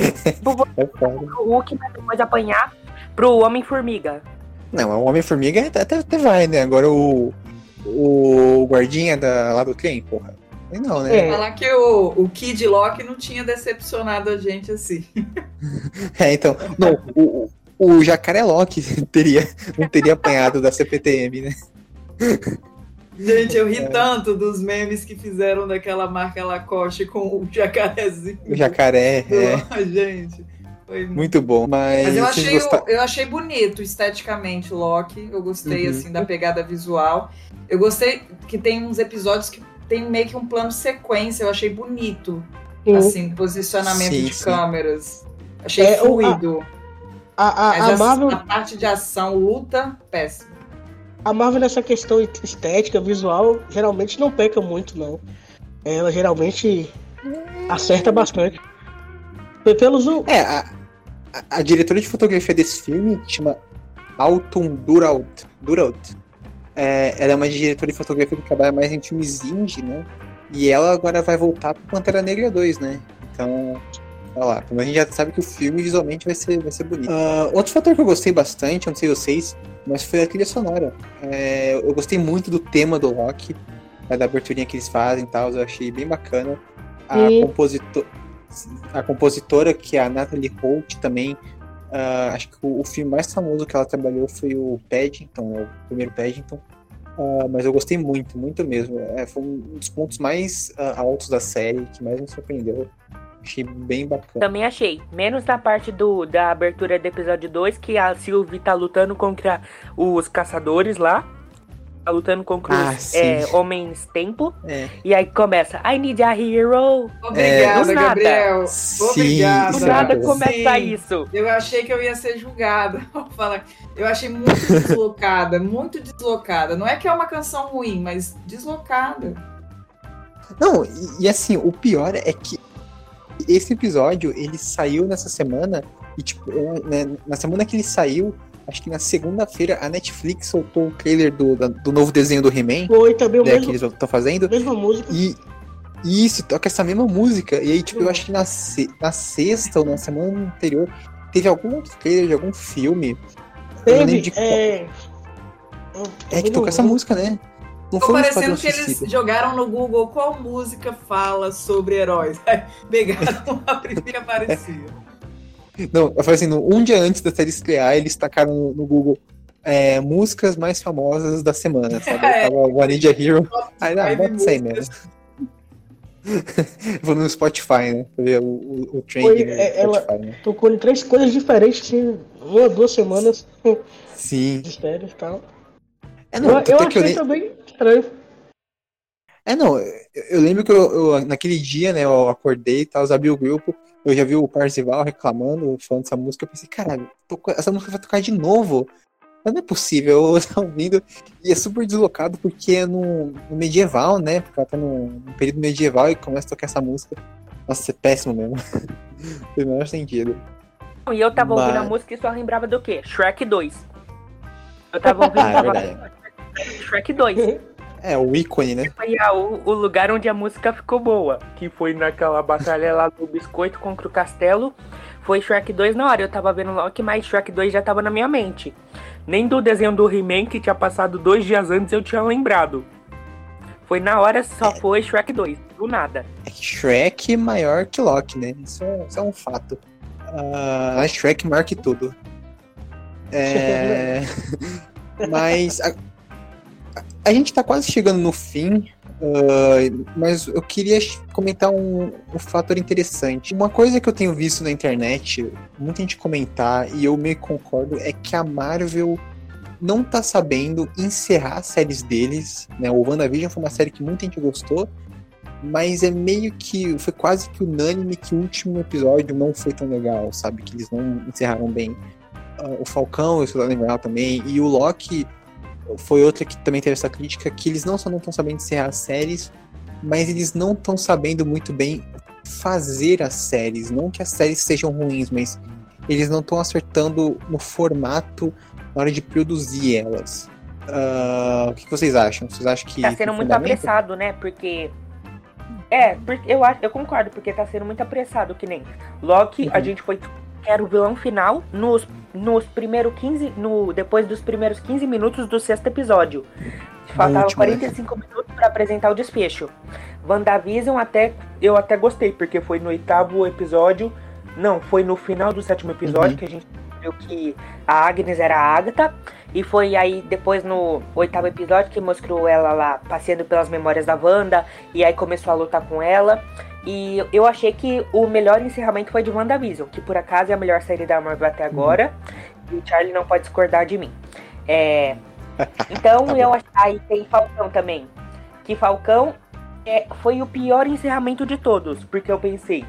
O Hulk vai depois apanhar pro Homem-Formiga. Não, o Homem-Formiga até vai, né? Agora o guardinha lá do trem, porra. Não, né? Falar que o Kid Loki não tinha decepcionado a gente assim. Então, não, o Jacaré Loki não teria apanhado da CPTM, né? Gente, eu ri tanto dos memes que fizeram daquela marca Lacoste com o jacarezinho. O jacaré, Gente, foi muito bom. Mas eu achei bonito esteticamente o Loki. Eu gostei, assim, da pegada visual. Eu gostei que tem uns episódios que tem meio que um plano sequência. Eu achei bonito. Assim, posicionamento de câmeras. Achei fluido. A Marvel... a parte de ação, luta, péssimo. A Marvel nessa questão estética, visual, geralmente não peca muito, não. Ela geralmente acerta bastante. A diretora de fotografia desse filme chama Autumn Duralt. Ela é uma diretora de fotografia que trabalha mais em filmes indie, né? E ela agora vai voltar pro Pantera Negra 2, né? Então, olha lá, como a gente já sabe que o filme visualmente vai ser bonito. Outro fator que eu gostei bastante, eu não sei vocês, mas foi a trilha sonora. Eu gostei muito do tema do Loki, da aberturinha que eles fazem e tal, eu achei bem bacana. A compositora, que é a Natalie Holt, também, acho que o filme mais famoso que ela trabalhou foi o Paddington, o primeiro Paddington, mas eu gostei muito, muito mesmo. Foi um dos pontos mais altos da série, que mais me surpreendeu. Achei bem bacana. Também achei. Menos na parte da abertura do episódio 2, que a Sylvie tá lutando contra os caçadores lá. Tá lutando contra os homens tempo. E aí começa, I need a hero. Obrigada, Gabriel. Obrigada. Do nada começa isso. Eu achei que eu ia ser julgada. Eu achei muito deslocada, muito deslocada. Não é que é uma canção ruim, mas deslocada. Não, e assim, o pior é que esse episódio, ele saiu nessa semana, e tipo, na semana que ele saiu, acho que na segunda-feira, a Netflix soltou o trailer do novo desenho do He-Man. Foi também o mesmo, que eles estão fazendo. Mesma música. E isso, toca essa mesma música. E aí, tipo, eu acho que na sexta ou na semana anterior, teve algum outro trailer de algum filme. Teve, que tocou essa música, né? Não Ficou foi parecendo que eles jogaram no Google qual música fala sobre heróis. Pegaram a primeira aparecia. Não, eu falei assim, um dia antes da série estrear, eles tacaram no Google músicas mais famosas da semana, sabe? Tava o I Need a Hero. Aí, bota isso aí mesmo. Vou no Spotify, né? Pra ver o trend no Spotify, né? Tocou em 3 coisas diferentes em 1 ou 2 semanas. Sim. De férias e tal. Eu achei também Não, eu lembro que eu naquele dia, né, eu acordei e tal, abri o grupo, eu já vi o Parzival reclamando, falando dessa música, eu pensei, caralho, essa música vai tocar de novo. Mas não é possível, eu tava ouvindo, e é super deslocado porque é no medieval, né, porque ela tá no período medieval e começa a tocar essa música. Nossa, é péssimo mesmo. Não faz o menor sentido. E eu tava ouvindo a música e só lembrava do quê? Shrek 2. Eu tava ouvindo Shrek 2. É, o ícone, né? Foi o lugar onde a música ficou boa. Que foi naquela batalha lá do biscoito contra o castelo. Foi Shrek 2 na hora. Eu tava vendo Loki, mas Shrek 2 já tava na minha mente. Nem do desenho do He-Man, que tinha passado 2 dias antes, eu tinha lembrado. Foi na hora, só foi Shrek 2. Do nada. É que Shrek é maior que Loki, né? Isso é um fato. A Shrek maior que tudo. Mas a gente tá quase chegando no fim, mas eu queria comentar um fator interessante. Uma coisa que eu tenho visto na internet, muita gente comentar, e eu meio que concordo, é que a Marvel não tá sabendo encerrar as séries deles, né? O WandaVision foi uma série que muita gente gostou, mas é meio que, foi quase que unânime que o último episódio não foi tão legal, sabe? Que eles não encerraram bem. O Falcão, o Soldado Invernal também, e o Loki foi outra que também teve essa crítica, que eles não só não estão sabendo encerrar as séries, mas eles não estão sabendo muito bem fazer as séries. Não que as séries sejam ruins, mas eles não estão acertando no formato na hora de produzir elas. O que vocês acham? Vocês acham que tá sendo muito apressado, né? Porque eu concordo, porque tá sendo muito apressado, que nem Loki, a gente era o vilão final nos primeiros 15, depois dos primeiros 15 minutos do 6º episódio. Faltavam 45 minutos para apresentar o desfecho. WandaVision eu até gostei, porque foi no 8º episódio. Não, foi no final do 7º episódio que a gente viu que a Agnes era a Agatha. E foi aí depois no 8º episódio que mostrou ela lá passeando pelas memórias da Wanda. E aí começou a lutar com ela. E eu achei que o melhor encerramento foi de WandaVision, que por acaso é a melhor série da Marvel até agora. E o Charlie não pode discordar de mim. Então tá eu acho. Aí tem Falcão também. Que Falcão foi o pior encerramento de todos. Porque eu pensei,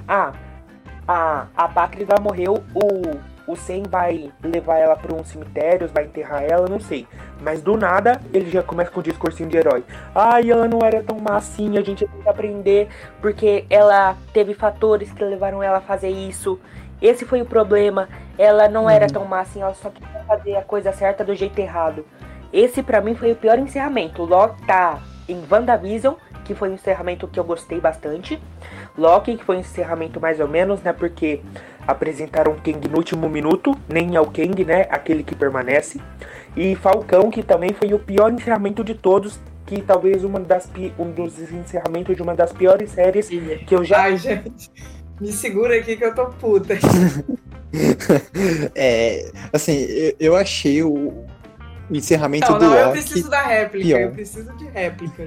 a Pátria já morreu, o Sam vai levar ela para um cemitério, vai enterrar ela, não sei. Mas do nada, ele já começa com um discursinho de herói. Ela não era tão má assim, a gente tem que aprender, porque ela teve fatores que levaram ela a fazer isso. Esse foi o problema. Ela não era tão má assim, ela só queria fazer a coisa certa do jeito errado. Esse pra mim foi o pior encerramento. Loki tá em WandaVision, que foi um encerramento que eu gostei bastante. Loki, que foi um encerramento mais ou menos, né? Porque apresentaram Kang no último minuto, nem é o Kang, né? Aquele que permanece. E Falcão, que também foi o pior encerramento de todos, que talvez um dos encerramentos de uma das piores séries que eu já... Ai, gente, me segura aqui que eu tô puta. Assim, eu achei o encerramento do Loki... Não, eu preciso da réplica, pior. Eu preciso de réplica.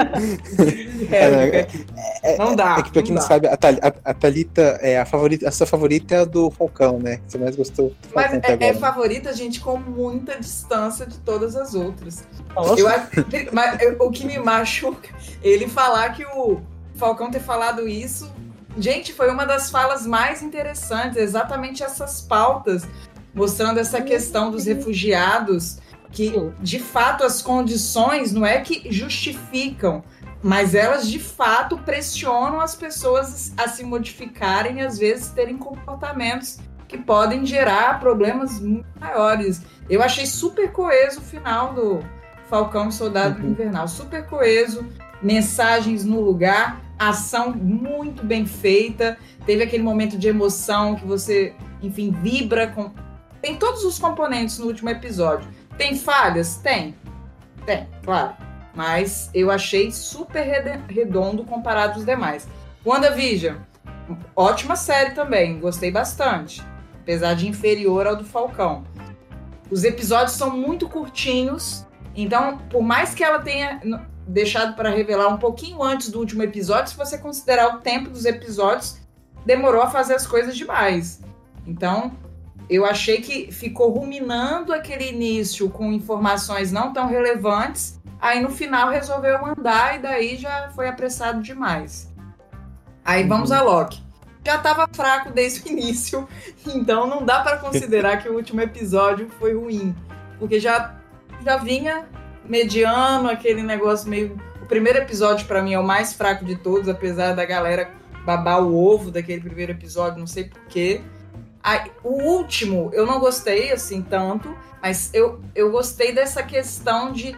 Não dá. É que pra quem não sabe, a Thalita, a sua favorita é a do Falcão, né? Que você mais gostou do Falcão. Mas é favorita, gente, com muita distância de todas as outras. Mas o que me machuca, ele falar que o Falcão ter falado isso, gente, foi uma das falas mais interessantes, exatamente essas pautas, mostrando essa questão dos refugiados, que de fato as condições não é que justificam, mas elas de fato pressionam as pessoas a se modificarem e às vezes terem comportamentos que podem gerar problemas muito maiores. Eu achei super coeso o final do Falcão e Soldado Invernal, super coeso, mensagens no lugar, ação muito bem feita, teve aquele momento de emoção que você, enfim, vibra com... Tem todos os componentes no último episódio. Tem falhas? Tem, claro. Mas eu achei super redondo comparado aos demais. WandaVision, ótima série também, gostei bastante. Apesar de inferior ao do Falcão. Os episódios são muito curtinhos, então, por mais que ela tenha deixado para revelar um pouquinho antes do último episódio, se você considerar o tempo dos episódios, demorou a fazer as coisas demais. Então... eu achei que ficou ruminando aquele início com informações não tão relevantes Aí no final resolveu mandar e daí já foi apressado demais. Aí vamos a Loki. Já estava fraco desde o início, então não dá para considerar que o último episódio foi ruim, porque já vinha mediano, aquele negócio meio... O primeiro episódio para mim é o mais fraco de todos, apesar da galera babar o ovo daquele primeiro episódio, não sei porquê. O último eu não gostei assim tanto, mas eu gostei dessa questão de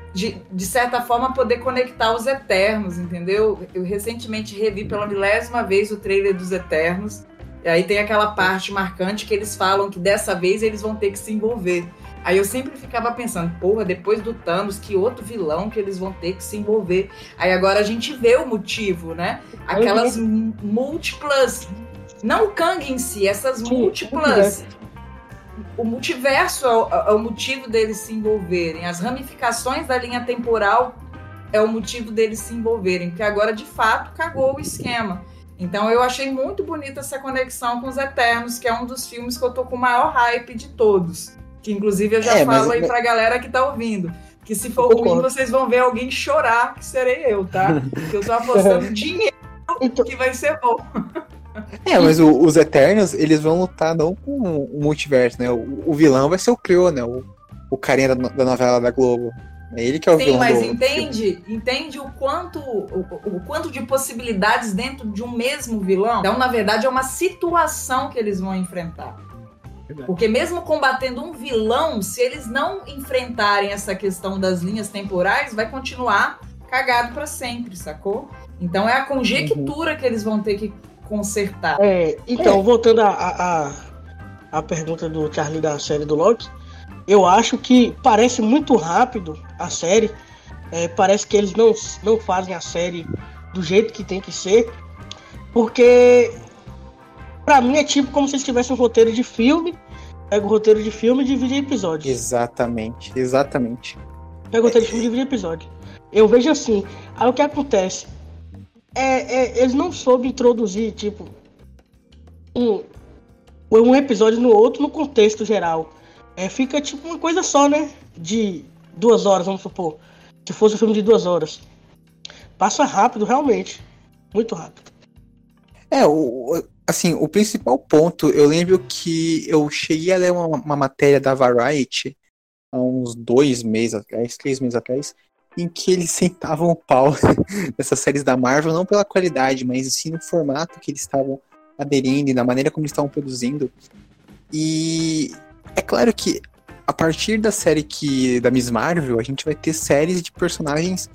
certa forma, poder conectar os Eternos, entendeu? Eu recentemente revi pela 10ª vez o trailer dos Eternos, e aí tem aquela parte marcante que eles falam que dessa vez eles vão ter que se envolver. Aí eu sempre ficava pensando, porra, depois do Thanos, que outro vilão que eles vão ter que se envolver. Aí agora a gente vê o motivo, né? Aquelas múltiplas... Não o Kang em si, essas múltiplas... O multiverso é o motivo deles se envolverem. As ramificações da linha temporal é o motivo deles se envolverem. Porque agora, de fato, cagou o esquema. Então, eu achei muito bonita essa conexão com os Eternos, que é um dos filmes que eu tô com o maior hype de todos. Que, inclusive, eu já falo aí pra galera que tá ouvindo. Que se for ruim, vocês vão ver alguém chorar, que serei eu, tá? Porque eu tô apostando dinheiro que vai ser bom. Mas os Eternos, eles vão lutar não com o multiverso, né? O vilão vai ser o Cleo, né? O carinha da novela da Globo. É ele que é o vilão. Sim, mas entende o quanto de possibilidades dentro de um mesmo vilão? Então, na verdade, é uma situação que eles vão enfrentar. Porque mesmo combatendo um vilão, se eles não enfrentarem essa questão das linhas temporais, vai continuar cagado pra sempre, sacou? Então, é a conjectura que eles vão ter que consertar. Então, voltando à pergunta do Charlie da série do Loki, eu acho que parece muito rápido a série, parece que eles não fazem a série do jeito que tem que ser, porque pra mim é tipo como se eles tivessem um roteiro de filme, pega o roteiro de filme e divide em episódios. Exatamente. Pega o roteiro de filme e divide em episódio. Eu vejo assim, aí o que acontece? Eles não soube introduzir, tipo, um episódio no outro no contexto geral. Fica tipo uma coisa só, né? De 2 horas, vamos supor. Se fosse um filme de 2 horas. Passa rápido, realmente. Muito rápido. O principal ponto, eu lembro que eu cheguei a ler uma matéria da Variety há uns 2 meses atrás, 3 meses atrás, em que eles sentavam o pau dessas séries da Marvel, não pela qualidade, mas sim no formato que eles estavam aderindo e na maneira como eles estavam produzindo. E é claro que a partir da série da Miss Marvel, a gente vai ter séries de personagens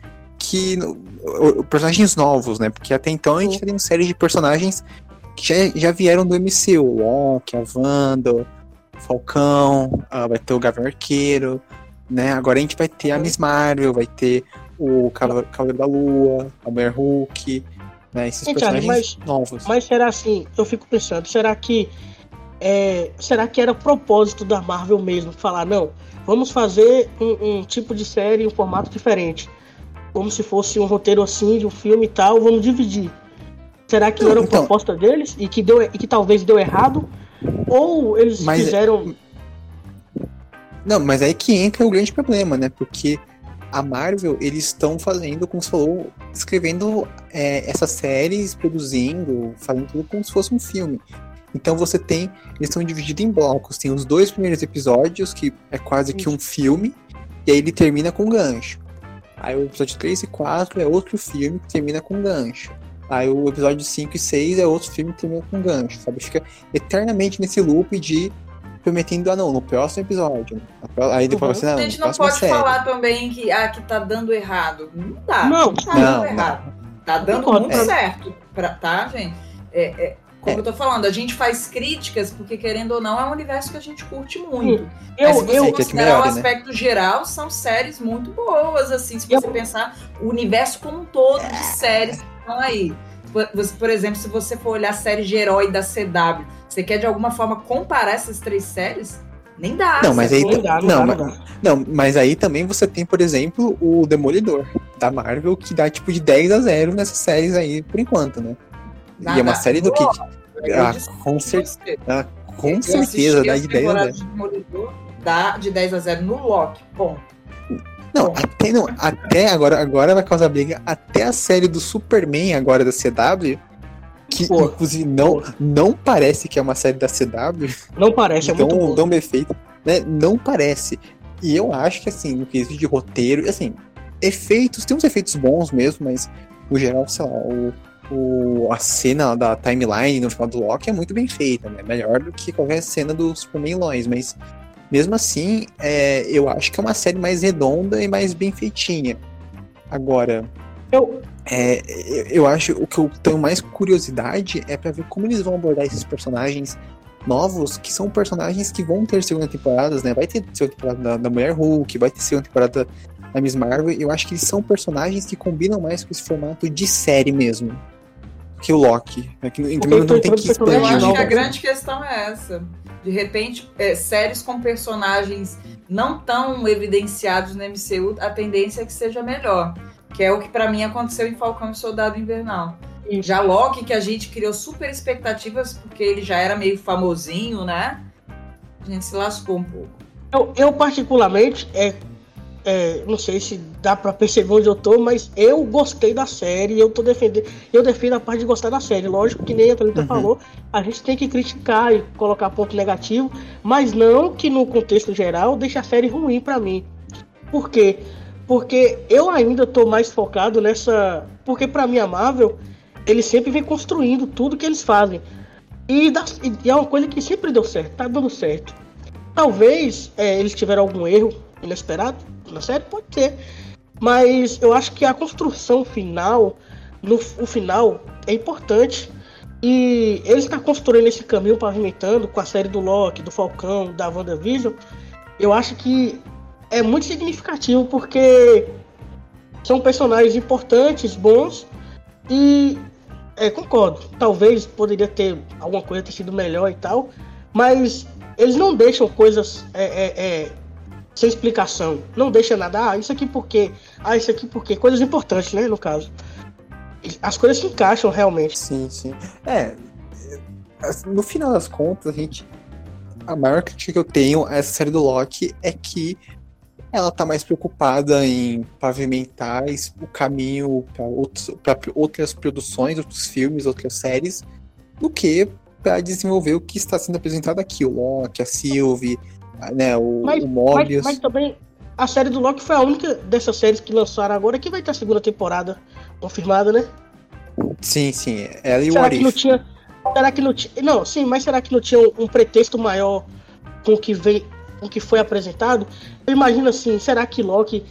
personagens novos, né? Porque até então a gente tá tendo séries de personagens que já vieram do MCU, o Loki, a Wanda, o Falcão, vai ter o Gavião Arqueiro, né? Agora a gente vai ter a Miss Marvel, vai ter o Cavaleiro da Lua, a Mulher Hulk, né? Esses personagens novos. Mas será assim? Eu fico pensando, será que era propósito da Marvel mesmo falar, não, vamos fazer um tipo de série, um formato diferente, como se fosse um roteiro assim de um filme e tal, vamos dividir? Será que era uma proposta deles e que talvez deu errado? Ou eles fizeram... Não, mas aí que entra o grande problema, né? Porque a Marvel, eles estão fazendo, como você falou, escrevendo essas séries, produzindo, fazendo tudo como se fosse um filme. Então eles estão divididos em blocos. Tem os 2 primeiros episódios, que é quase que um filme, e aí ele termina com um gancho. Aí o episódio 3 e 4 é outro filme que termina com um gancho. Aí o episódio 5 e 6 é outro filme que termina com um gancho, sabe? Fica eternamente nesse loop de prometendo, no próximo episódio. Aí depois a gente não pode falar também que tá dando errado. Não dá. Não tá dando errado. Tá dando muito certo, tá, gente? Como eu tô falando, a gente faz críticas porque, querendo ou não, é um universo que a gente curte muito. Mas se você considerar o aspecto geral, são séries muito boas, assim, se você pensar o universo como um todo de séries que estão aí. Por exemplo, se você for olhar a série de herói da CW, você quer de alguma forma comparar essas 3 séries? Nem dá. Não, mas aí mas aí também você tem, por exemplo, o Demolidor da Marvel, que dá tipo de 10-0 nessas séries aí, por enquanto, né? E é uma série do que... com certeza dá de 10-0. Dá de 10-0 no Loki, bom. Até agora vai causar briga. Até a série do Superman agora da CW, que inclusive não parece que é uma série da CW. Não parece, é muito bom. Tão bem feito, né? Não parece. E eu acho que, assim, no quesito de roteiro, assim, efeitos, tem uns efeitos bons mesmo, mas, no geral, sei lá, a cena da timeline no final do Loki é muito bem feita, né? Melhor do que qualquer cena do Superman e Lois, mas, mesmo assim, eu acho que é uma série mais redonda e mais bem feitinha. Agora, eu acho, o que eu tenho mais curiosidade é pra ver como eles vão abordar esses personagens novos, que são personagens que vão ter segunda temporadas, né? Vai ter segunda temporada da Mulher Hulk, vai ter segunda temporada da Miss Marvel, e eu acho que eles são personagens que combinam mais com esse formato de série mesmo, que o Loki. Né? Que não tem que expandir. Eu acho que a grande questão é essa. De repente, séries com personagens não tão evidenciados no MCU, a tendência é que seja melhor. Que é o que pra mim aconteceu em Falcão e Soldado Invernal. Já Loki, que a gente criou super expectativas, porque ele já era meio famosinho, né? A gente se lascou um pouco. Eu particularmente, não sei se dá pra perceber onde eu tô, mas eu gostei da série, eu defendo a parte de gostar da série. Lógico que nem a Thalita falou, a gente tem que criticar e colocar ponto negativo, mas não que no contexto geral deixe a série ruim pra mim. Por quê? Porque eu ainda tô mais focado nessa... Porque pra mim a Marvel, eles sempre vem construindo tudo que eles fazem. E é uma coisa que sempre deu certo, tá dando certo. Talvez eles tiveram algum erro inesperado na série, pode ser. Mas eu acho que a construção final, o final, é importante. E eles estão construindo esse caminho, pavimentando com a série do Loki, do Falcão, da WandaVision. Eu acho que é muito significativo, porque são personagens importantes, bons. E concordo, talvez poderia ter alguma coisa ter sido melhor e tal, mas eles não deixam coisas sem explicação, não deixa nada, isso aqui por quê, isso aqui por quê, coisas importantes, né, no caso. As coisas se encaixam realmente. Sim. No final das contas, a maior crítica que eu tenho a essa série do Loki é que ela tá mais preocupada em pavimentar o caminho para outras produções, outros filmes, outras séries, do que para desenvolver o que está sendo apresentado aqui, o Loki, a Sylvie, né, o Mobius. Mas também a série do Loki foi a única dessas séries que lançaram agora que vai ter a segunda temporada confirmada, né? Sim, ela e o What If. Será que não tinha? Não, sim, mas será que não tinha um pretexto maior com o que foi apresentado? Eu imagino assim, será que Loki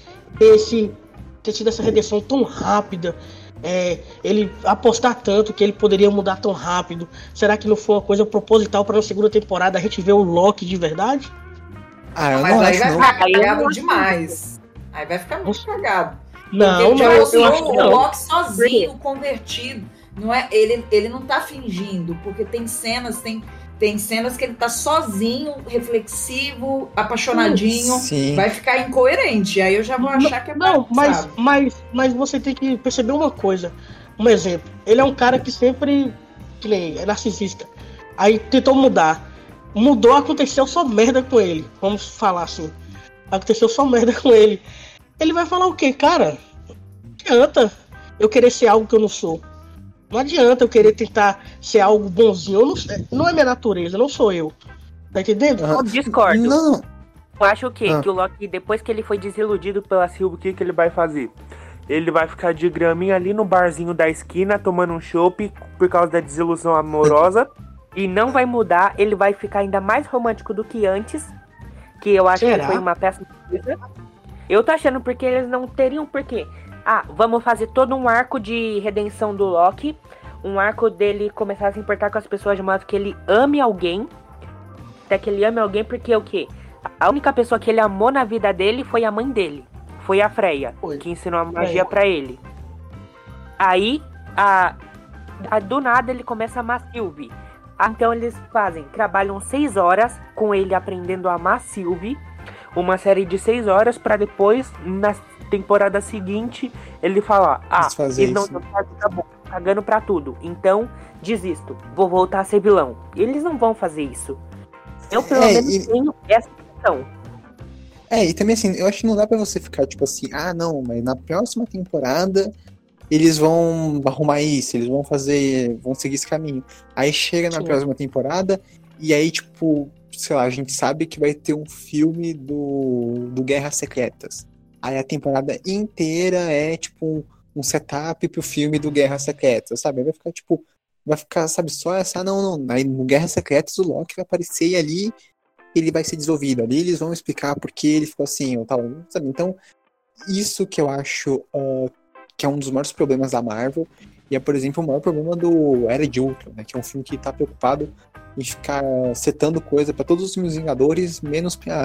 ter tido essa redenção tão rápida, ele apostar tanto que ele poderia mudar tão rápido, será que não foi uma coisa proposital para na segunda temporada a gente ver o Loki de verdade? Eu mas não aí acho, vai não. ficar cagado demais. Aí vai ficar muito cagado. Não, já eu acho que não. O Loki sozinho, convertido. Não é, ele não tá fingindo, porque tem cenas que ele tá sozinho, reflexivo, apaixonadinho. Sim. Vai ficar incoerente. Aí eu já vou achar que é mas você tem que perceber uma coisa. Um exemplo. Ele é um cara que sempre é narcisista. Aí tentou mudar. Mudou, aconteceu só merda com ele. Vamos falar assim. Aconteceu só merda com ele. Ele vai falar o quê? Cara, não adianta eu querer ser algo que eu não sou. Não adianta eu querer tentar ser algo bonzinho. Não é minha natureza, não sou eu. Tá entendendo? Eu discordo. Não. Eu acho o quê? Que o Loki, depois que ele foi desiludido pela Sylvie, o que ele vai fazer? Ele vai ficar de graminha ali no barzinho da esquina, tomando um chopp por causa da desilusão amorosa. E não vai mudar, ele vai ficar ainda mais romântico do que antes. Que eu acho que foi uma péssima coisa. Eu tô achando porque eles não teriam porquê. Vamos fazer todo um arco de redenção do Loki. Um arco dele começar a se importar com as pessoas de modo que ele ame alguém. Até que ele ame alguém, porque o quê? A única pessoa que ele amou na vida dele foi a mãe dele. Foi a Freya, que ensinou a magia pra ele. Aí, do nada, ele começa a amar Sylvie. Então eles trabalham 6 horas com ele aprendendo a amar Sylvie. Uma série de 6 horas pra depois, na temporada seguinte, ele falar: ele não tá bom, cagando pra tudo. Então, desisto, vou voltar a ser vilão. Eles não vão fazer isso. Eu pelo menos tenho essa questão. E também assim, eu acho que não dá pra você ficar tipo assim, não, mas na próxima temporada eles vão arrumar isso, eles vão seguir esse caminho. Aí chega na próxima temporada e aí, tipo, sei lá, a gente sabe que vai ter um filme do Guerras Secretas. Aí a temporada inteira é tipo um setup pro filme do Guerras Secretas, sabe? Vai ficar, sabe, só essa, não. Aí no Guerras Secretas o Loki vai aparecer e ali ele vai ser desenvolvido. Ali eles vão explicar por que ele ficou assim, ou tal, sabe? Então, isso que eu acho que é um dos maiores problemas da Marvel. E é, por exemplo, o maior problema do Era de Ultron, né? Que é um filme que tá preocupado em ficar setando coisa pra todos os filmes Vingadores, menos pra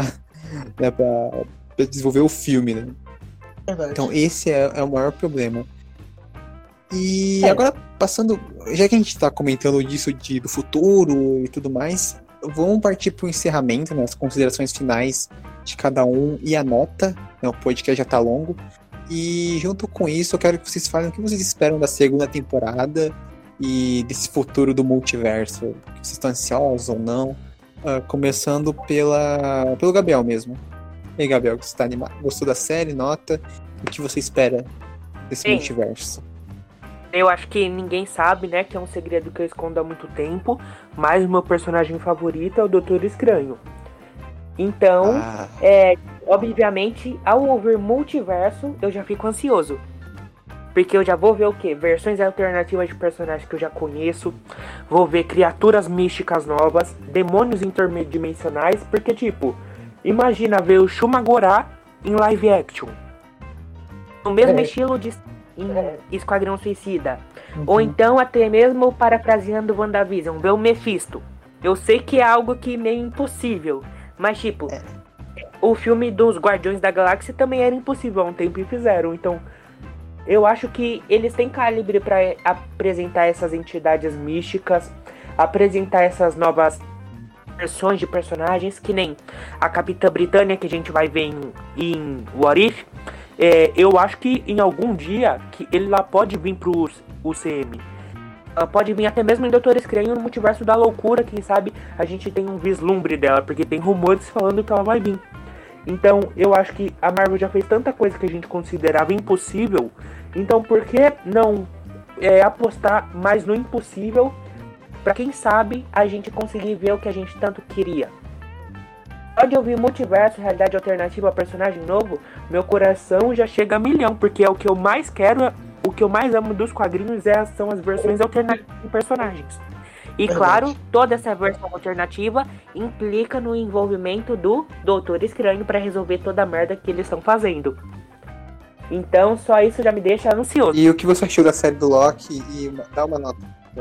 desenvolver o filme, né? Verdade. Então esse é o maior problema. E agora, passando... Já que a gente tá comentando disso do futuro e tudo mais, vamos partir pro encerramento, né? As considerações finais de cada um e a nota. Né? O podcast já tá longo. E junto com isso, eu quero que vocês falem o que vocês esperam da segunda temporada e desse futuro do multiverso. Vocês estão ansiosos ou não? Começando pelo Gabriel mesmo. E aí, Gabriel, você tá animado? Gostou da série? Nota? O que você espera desse multiverso? Eu acho que ninguém sabe, né? Que é um segredo que eu escondo há muito tempo. Mas o meu personagem favorito é o Doutor Estranho. Então, obviamente, ao ouvir multiverso, eu já fico ansioso. Porque eu já vou ver o quê? Versões alternativas de personagens que eu já conheço. Vou ver criaturas místicas novas. Demônios interdimensionais. Porque, tipo, imagina ver o Shumagorá em live action. No mesmo estilo de Esquadrão Suicida. Ou então, até mesmo, parafraseando WandaVision, ver o Mephisto. Eu sei que é algo que é meio impossível. Mas, tipo, o filme dos Guardiões da Galáxia também era impossível há um tempo e fizeram. Então, eu acho que eles têm calibre para apresentar essas entidades místicas, apresentar essas novas versões de personagens, que nem a Capitã Britânia, que a gente vai ver em What If. Eu acho que em algum dia que ele lá pode vir pro UCM. Ela pode vir até mesmo em Doutor Estranho no Multiverso da Loucura, quem sabe a gente tem um vislumbre dela, porque tem rumores falando que ela vai vir. Então, eu acho que a Marvel já fez tanta coisa que a gente considerava impossível, então por que não apostar mais no impossível, pra quem sabe a gente conseguir ver o que a gente tanto queria. Pode ouvir multiverso, realidade alternativa, personagem novo, meu coração já chega a 1.000.000, porque é o que eu mais quero. O que eu mais amo dos quadrinhos são as versões alternativas de personagens. E claro, toda essa versão alternativa implica no envolvimento do Doutor Estranho para resolver toda a merda que eles estão fazendo. Então só isso já me deixa ansioso. E o que você achou da série do Loki? E dá uma nota.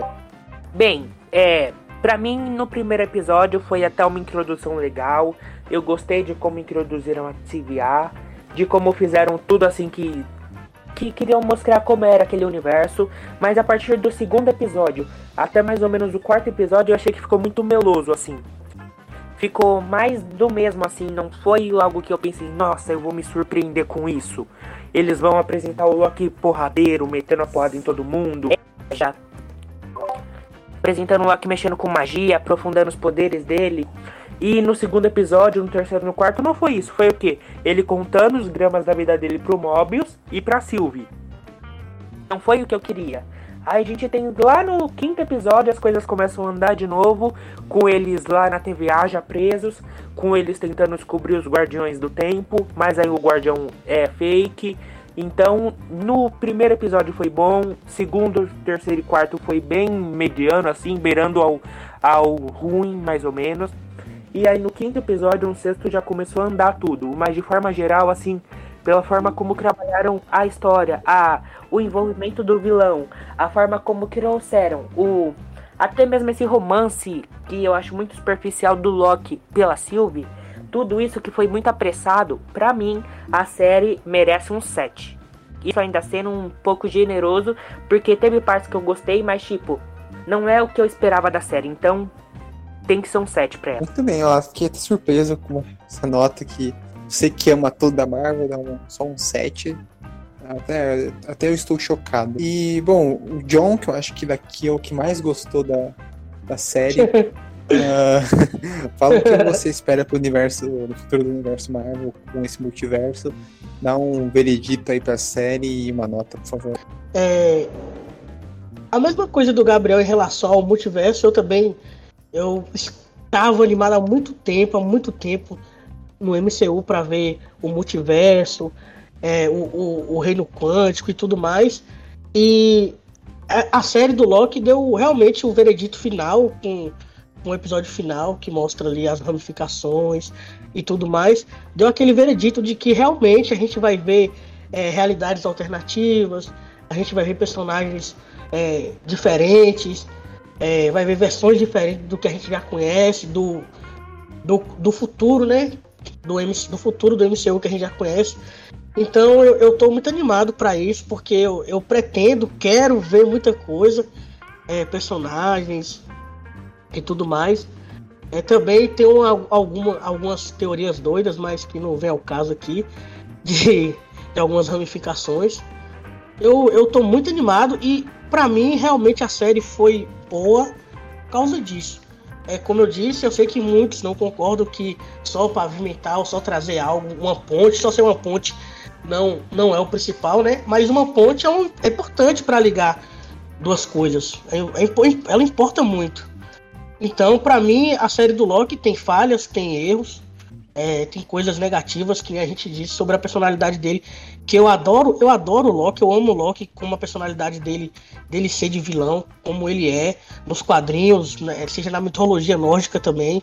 Bem, pra mim no primeiro episódio foi até uma introdução legal. Eu gostei de como introduziram a TVA, de como fizeram tudo assim que queriam mostrar como era aquele universo, mas a partir do segundo episódio até mais ou menos o quarto episódio eu achei que ficou muito meloso, assim. Ficou mais do mesmo, assim, não foi algo que eu pensei, nossa, eu vou me surpreender com isso. Eles vão apresentar o Loki porradeiro, metendo a porrada em todo mundo. Já apresentando o Loki mexendo com magia, aprofundando os poderes dele. E no segundo episódio, no terceiro e no quarto, não foi isso. Foi o quê? Ele contando os dramas da vida dele pro Mobius e pra Sylvie. Não foi o que eu queria. Aí a gente tem lá no quinto episódio, as coisas começam a andar de novo, com eles lá na TVA já presos, com eles tentando descobrir os Guardiões do Tempo, mas aí o Guardião é fake. Então, no primeiro episódio foi bom, segundo, terceiro e quarto foi bem mediano, assim, beirando ao ruim, mais ou menos. E aí no quinto episódio, no sexto, já começou a andar tudo. Mas de forma geral, assim, pela forma como trabalharam a história, o envolvimento do vilão, a forma como trouxeram até mesmo esse romance, que eu acho muito superficial do Loki pela Sylvie, tudo isso que foi muito apressado, pra mim, a série merece um 7. Isso ainda sendo um pouco generoso, porque teve partes que eu gostei, mas tipo, não é o que eu esperava da série, então tem que ser um 7 pra ela. Muito bem, eu fiquei até surpreso com essa nota que você que ama tudo da Marvel, dá só um 7. Até eu estou chocado. E, bom, o John, que eu acho que daqui é o que mais gostou da série, Fala o que você espera pro universo, no futuro do universo Marvel com esse multiverso. Dá um veredito aí pra série e uma nota, por favor. A mesma coisa do Gabriel em relação ao multiverso, eu estava animado há muito tempo no MCU para ver o multiverso, o reino quântico e tudo mais. E a série do Loki deu realmente o veredito final, com um episódio final que mostra ali as ramificações e tudo mais. Deu aquele veredito de que realmente a gente vai ver realidades alternativas, a gente vai ver personagens diferentes, vai ver versões diferentes do que a gente já conhece, do futuro, né? Do futuro do MCU que a gente já conhece. Então eu tô muito animado para isso, porque eu quero ver muita coisa, personagens e tudo mais. Também tem algumas teorias doidas, mas que não vem ao caso aqui, de algumas ramificações. Eu tô muito animado e pra mim realmente a série foi boa por causa disso. Como eu disse, eu sei que muitos não concordam que só pavimentar ou só trazer algo, uma ponte, só ser uma ponte não é o principal, né? Mas uma ponte é importante para ligar duas coisas. Ela importa muito. Então, pra mim, a série do Loki tem falhas, tem erros, tem coisas negativas que a gente disse sobre a personalidade dele, que eu adoro o Loki, eu amo o Loki como a personalidade dele ser de vilão, como ele é nos quadrinhos, né, seja na mitologia nórdica também.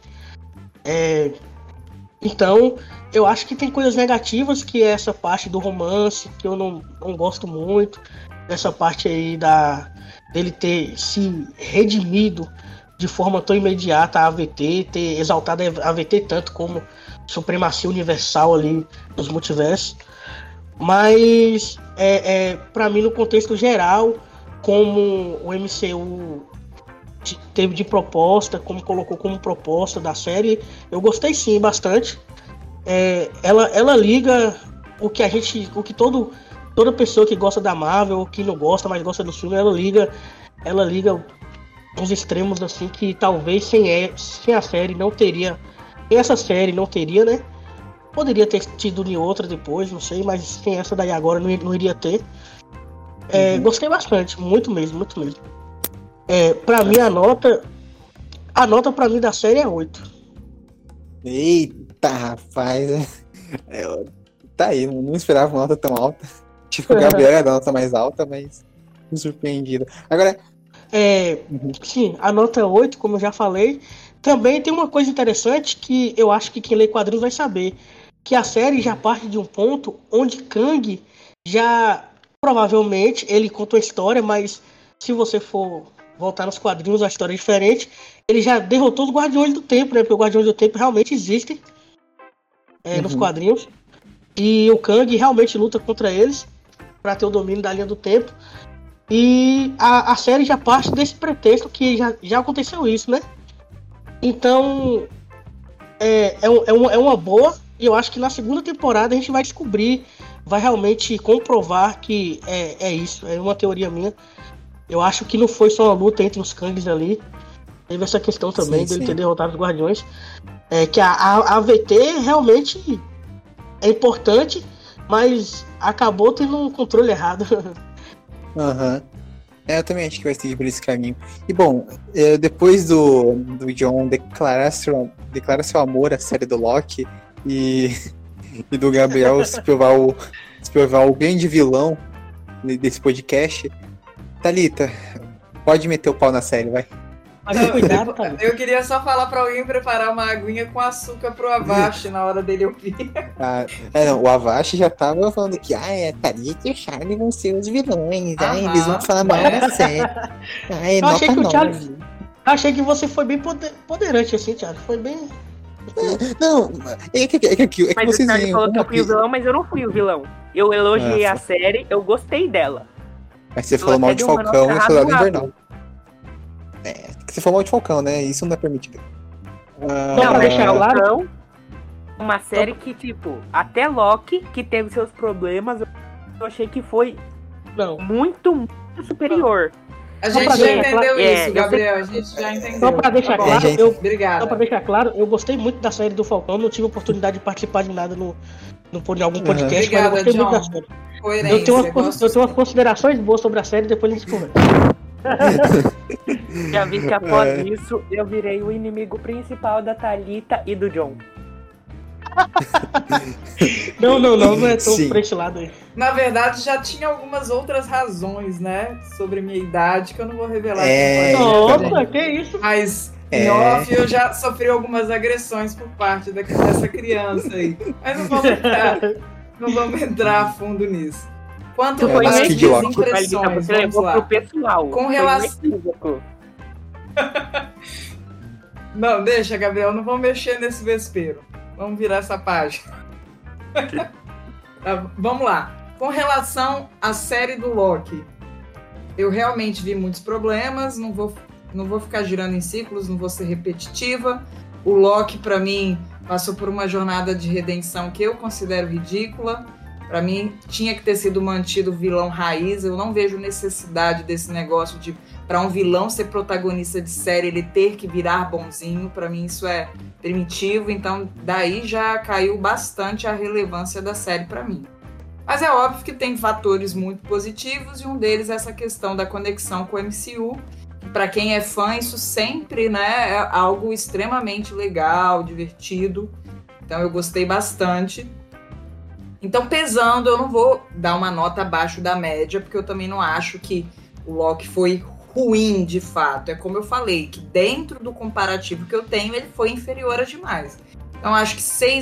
Então, eu acho que tem coisas negativas, que é essa parte do romance, que eu não gosto muito, essa parte aí dele ter se redimido de forma tão imediata a AVT, ter exaltado a AVT tanto como supremacia universal ali dos multiversos. Mas para mim, no contexto geral, como o MCU teve de proposta, como colocou como proposta da série, eu gostei sim bastante. Ela liga o que toda pessoa que gosta da Marvel, ou que não gosta, mas gosta do filme, ela liga uns extremos assim que talvez sem a série não teria. Essa série não teria, né? Poderia ter tido em outra depois, não sei, mas sem essa daí agora não iria ter. Gostei bastante, muito mesmo. Pra mim a nota pra mim da série é 8. Eita, rapaz. Tá aí, não esperava uma nota tão alta. Tipo, o Gabriel é da nota mais alta, mas me surpreendido. Agora. Sim, a nota é 8, como eu já falei. Também tem uma coisa interessante que eu acho que quem lê quadrinhos vai saber. Que a série já parte de um ponto onde Kang já, provavelmente, ele conta uma história, mas se você for voltar nos quadrinhos, a história é diferente. Ele já derrotou os Guardiões do Tempo, né? Porque os Guardiões do Tempo realmente existem nos quadrinhos. E o Kang realmente luta contra eles para ter o domínio da linha do tempo. E a série já parte desse pretexto que já aconteceu isso, né? Então, é uma boa. E eu acho que na segunda temporada a gente vai descobrir, vai realmente comprovar que é isso. É uma teoria minha. Eu acho que não foi só uma luta entre os Kangs ali. Teve essa questão também dele ter derrotado os Guardiões. Que a AVT realmente é importante, mas acabou tendo um controle errado. Eu também acho que vai seguir por esse caminho. E bom, depois do John declarar seu amor à série do Loki e do Gabriel se provar o grande vilão desse podcast, Thalita, pode meter o pau na série, vai. Mas cuidado, Thalita. Eu queria só falar pra alguém preparar uma aguinha com açúcar pro Avast na hora dele ouvir. O Avast já tava falando que a Thalita e o Charlie vão ser os vilões, eles vão falar mal da série. Eu achei que o Charlie... Achei que você foi bem poderante assim, Thiago. Foi bem... Não, mas vocês o Charlie falou que eu fui o vilão, mas eu não fui o vilão. Eu elogiei a série, eu gostei dela. Mas você falou mal de Falcão e Soldado Invernal. Você falou mal de Falcão, né? Isso não é permitido. Não, mas Falcão, uma série que, tipo, até Loki, que teve seus problemas, eu achei que foi muito, muito superior. A gente já entendeu isso, Gabriel. A gente já entendeu. Só pra deixar Tá bom. claro, Obrigada. Só pra deixar claro, eu gostei muito da série do Falcão, não tive oportunidade de participar de nada em algum podcast, Obrigada, mas eu gostei John. muito da série. Coerência, Eu tenho umas considerações boas sobre a série, depois a gente conversa. Já vi que após isso, eu virei o inimigo principal da Thalita e do John. Não é tão Sim. pra esse lado aí. Na verdade, já tinha algumas outras razões, né? Sobre minha idade, que eu não vou revelar. Nossa, que isso? Mas em off eu já sofri algumas agressões por parte dessa criança aí. Mas não vamos entrar a fundo nisso. Quanto às impressões, você levou pro pessoal. Com relação... Não, deixa, Gabriel, não vamos mexer nesse vespeiro. Vamos virar essa página. Tá, vamos lá. Com relação à série do Loki, eu realmente vi muitos problemas, não vou ficar girando em círculos, não vou ser repetitiva. O Loki, para mim, passou por uma jornada de redenção que eu considero ridícula. Para mim, tinha que ter sido mantido o vilão raiz. Eu não vejo necessidade desse negócio de, para um vilão ser protagonista de série, ele ter que virar bonzinho. Para mim, isso é primitivo. Então, daí já caiu bastante a relevância da série para mim. Mas é óbvio que tem fatores muito positivos, e um deles é essa questão da conexão com o MCU. Para quem é fã, isso sempre, né, é algo extremamente legal, divertido. Então, eu gostei bastante. Então, pesando, eu não vou dar uma nota abaixo da média, porque eu também não acho que o Loki foi ruim, de fato. É como eu falei, que dentro do comparativo que eu tenho, ele foi inferior a demais. Então, acho que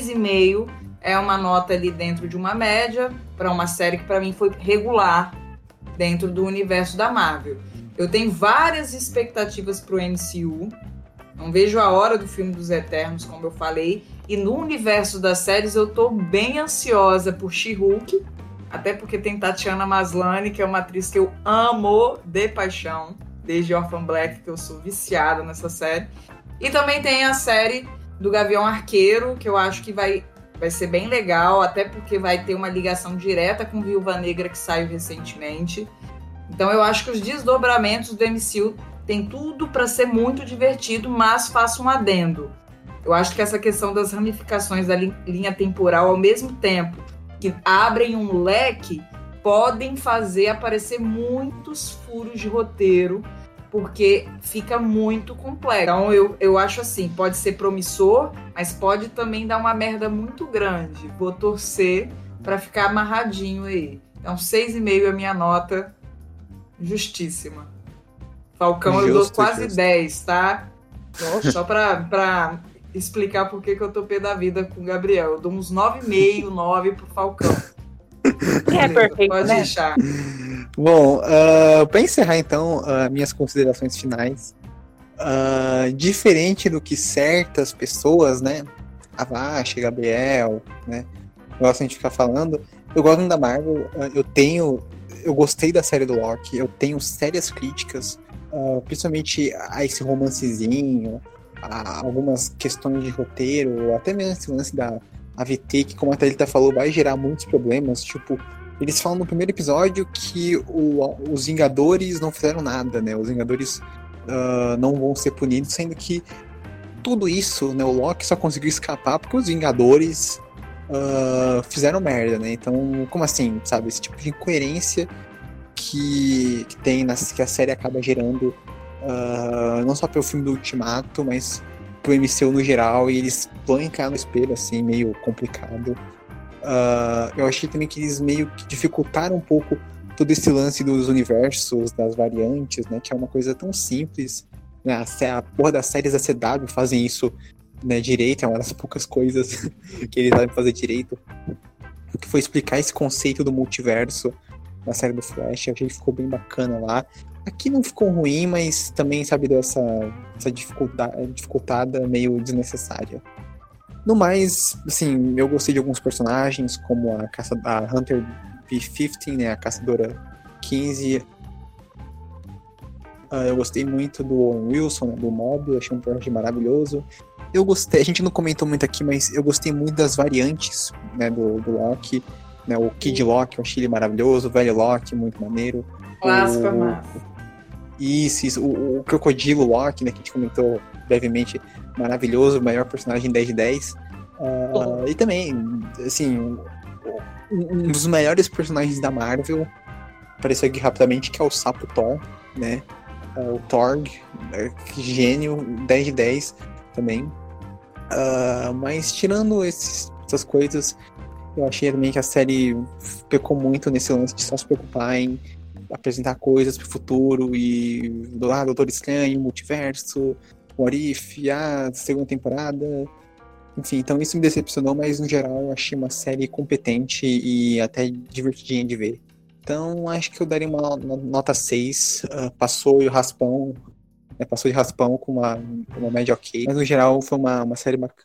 6,5 é uma nota ali dentro de uma média, para uma série que para mim foi regular dentro do universo da Marvel. Eu tenho várias expectativas para o MCU. Não vejo a hora do filme dos Eternos, como eu falei. E no universo das séries eu tô bem ansiosa por She-Hulk, até porque tem Tatiana Maslany, que é uma atriz que eu amo de paixão, desde Orphan Black, que eu sou viciada nessa série. E também tem a série do Gavião Arqueiro, que eu acho que vai ser bem legal, até porque vai ter uma ligação direta com Viúva Negra, que saiu recentemente. Então eu acho que os desdobramentos do MCU tem tudo para ser muito divertido, mas faço um adendo. Eu acho que essa questão das ramificações da linha temporal, ao mesmo tempo que abrem um leque, podem fazer aparecer muitos furos de roteiro, porque fica muito complexo. Então, eu acho assim, pode ser promissor, mas pode também dar uma merda muito grande. Vou torcer para ficar amarradinho aí. Então, 6,5 é a minha nota, justíssima. Falcão, eu dou quase 10, tá? Só para explicar por que eu tô pé da vida com o Gabriel. Eu dou uns 9,5, 9 pro Falcão. É perfeito, pode né? deixar. Bom, para encerrar então minhas considerações finais, diferente do que certas pessoas, né, a Vasha, Gabriel, né, gostam de ficar falando, eu gosto da Marvel, eu gostei da série do Loki, eu tenho sérias críticas, principalmente a esse romancezinho, a algumas questões de roteiro, até mesmo esse lance da AVT, que como a Thalita falou, vai gerar muitos problemas. Tipo, eles falam no primeiro episódio que os Vingadores não fizeram nada, né? Os Vingadores não vão ser punidos, sendo que tudo isso, né, o Loki só conseguiu escapar porque os Vingadores fizeram merda, né? Então, como assim, sabe? Esse tipo de incoerência que tem, que a série acaba gerando, não só pelo filme do Ultimato, mas pro MCU no geral, e eles vão encarar no espelho, assim, meio complicado. Eu achei também que eles meio que dificultaram um pouco todo esse lance dos universos, das variantes, né, que é uma coisa tão simples, né, a porra das séries da CW fazem isso, né, direito, é uma das poucas coisas que eles sabem fazer direito, que foi explicar esse conceito do multiverso na série do Flash. Eu achei que ficou bem bacana lá. Aqui não ficou ruim, mas também, sabe, deu essa dificultada meio desnecessária. No mais, assim, eu gostei de alguns personagens, como a Hunter B-15, né, a Caçadora 15. Eu gostei muito do Owen Wilson, né, do Mob, eu achei um personagem maravilhoso. Eu gostei, a gente não comentou muito aqui, mas eu gostei muito das variantes, né, do Loki, né, o Kid Loki, eu achei ele maravilhoso, o velho Loki, muito maneiro. Clássico, massa. Isso. O Crocodilo Loki, né, que a gente comentou brevemente, maravilhoso, o melhor personagem 10 de 10. E também, assim, um dos melhores personagens da Marvel, apareceu aqui rapidamente, que é o Sapo Thor, né? O Thor, gênio, 10 de 10 também. Mas tirando essas coisas, eu achei também que a série pecou muito nesse lance de só se preocupar em apresentar coisas pro futuro e Doutor Estranho, Multiverso, What If, segunda temporada. Enfim, então isso me decepcionou, mas no geral eu achei uma série competente e até divertidinha de ver. Então acho que eu daria uma nota 6, passou de raspão com uma média ok, mas no geral foi uma série bacana.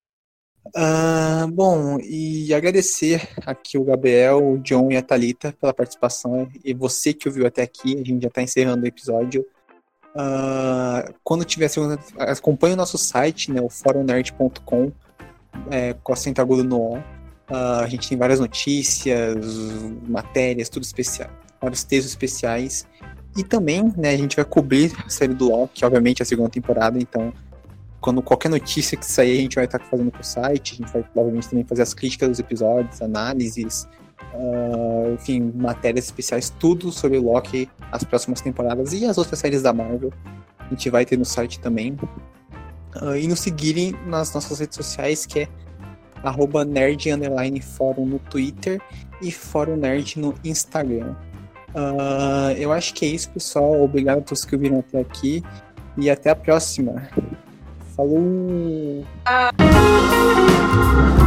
Bom, e agradecer aqui o Gabriel, o John e a Thalita pela participação, e você que ouviu até aqui, a gente já está encerrando o episódio. Quando tiver segunda, acompanhe o nosso site, né, o forumnerd.com, com acento agudo no O. A gente tem várias notícias, matérias, tudo especial, vários textos especiais. E também, né, a gente vai cobrir a série do Loki, obviamente a segunda temporada, então quando qualquer notícia que sair a gente vai estar fazendo pro site, a gente vai provavelmente também fazer as críticas dos episódios, análises, enfim, matérias especiais, tudo sobre o Loki, as próximas temporadas e as outras séries da Marvel. A gente vai ter no site também. E nos seguirem nas nossas redes sociais, que é @nerd_forum no Twitter e Fórum Nerd no Instagram. Eu acho que é isso, pessoal. Obrigado a todos que ouviram até aqui e até a próxima. Falou!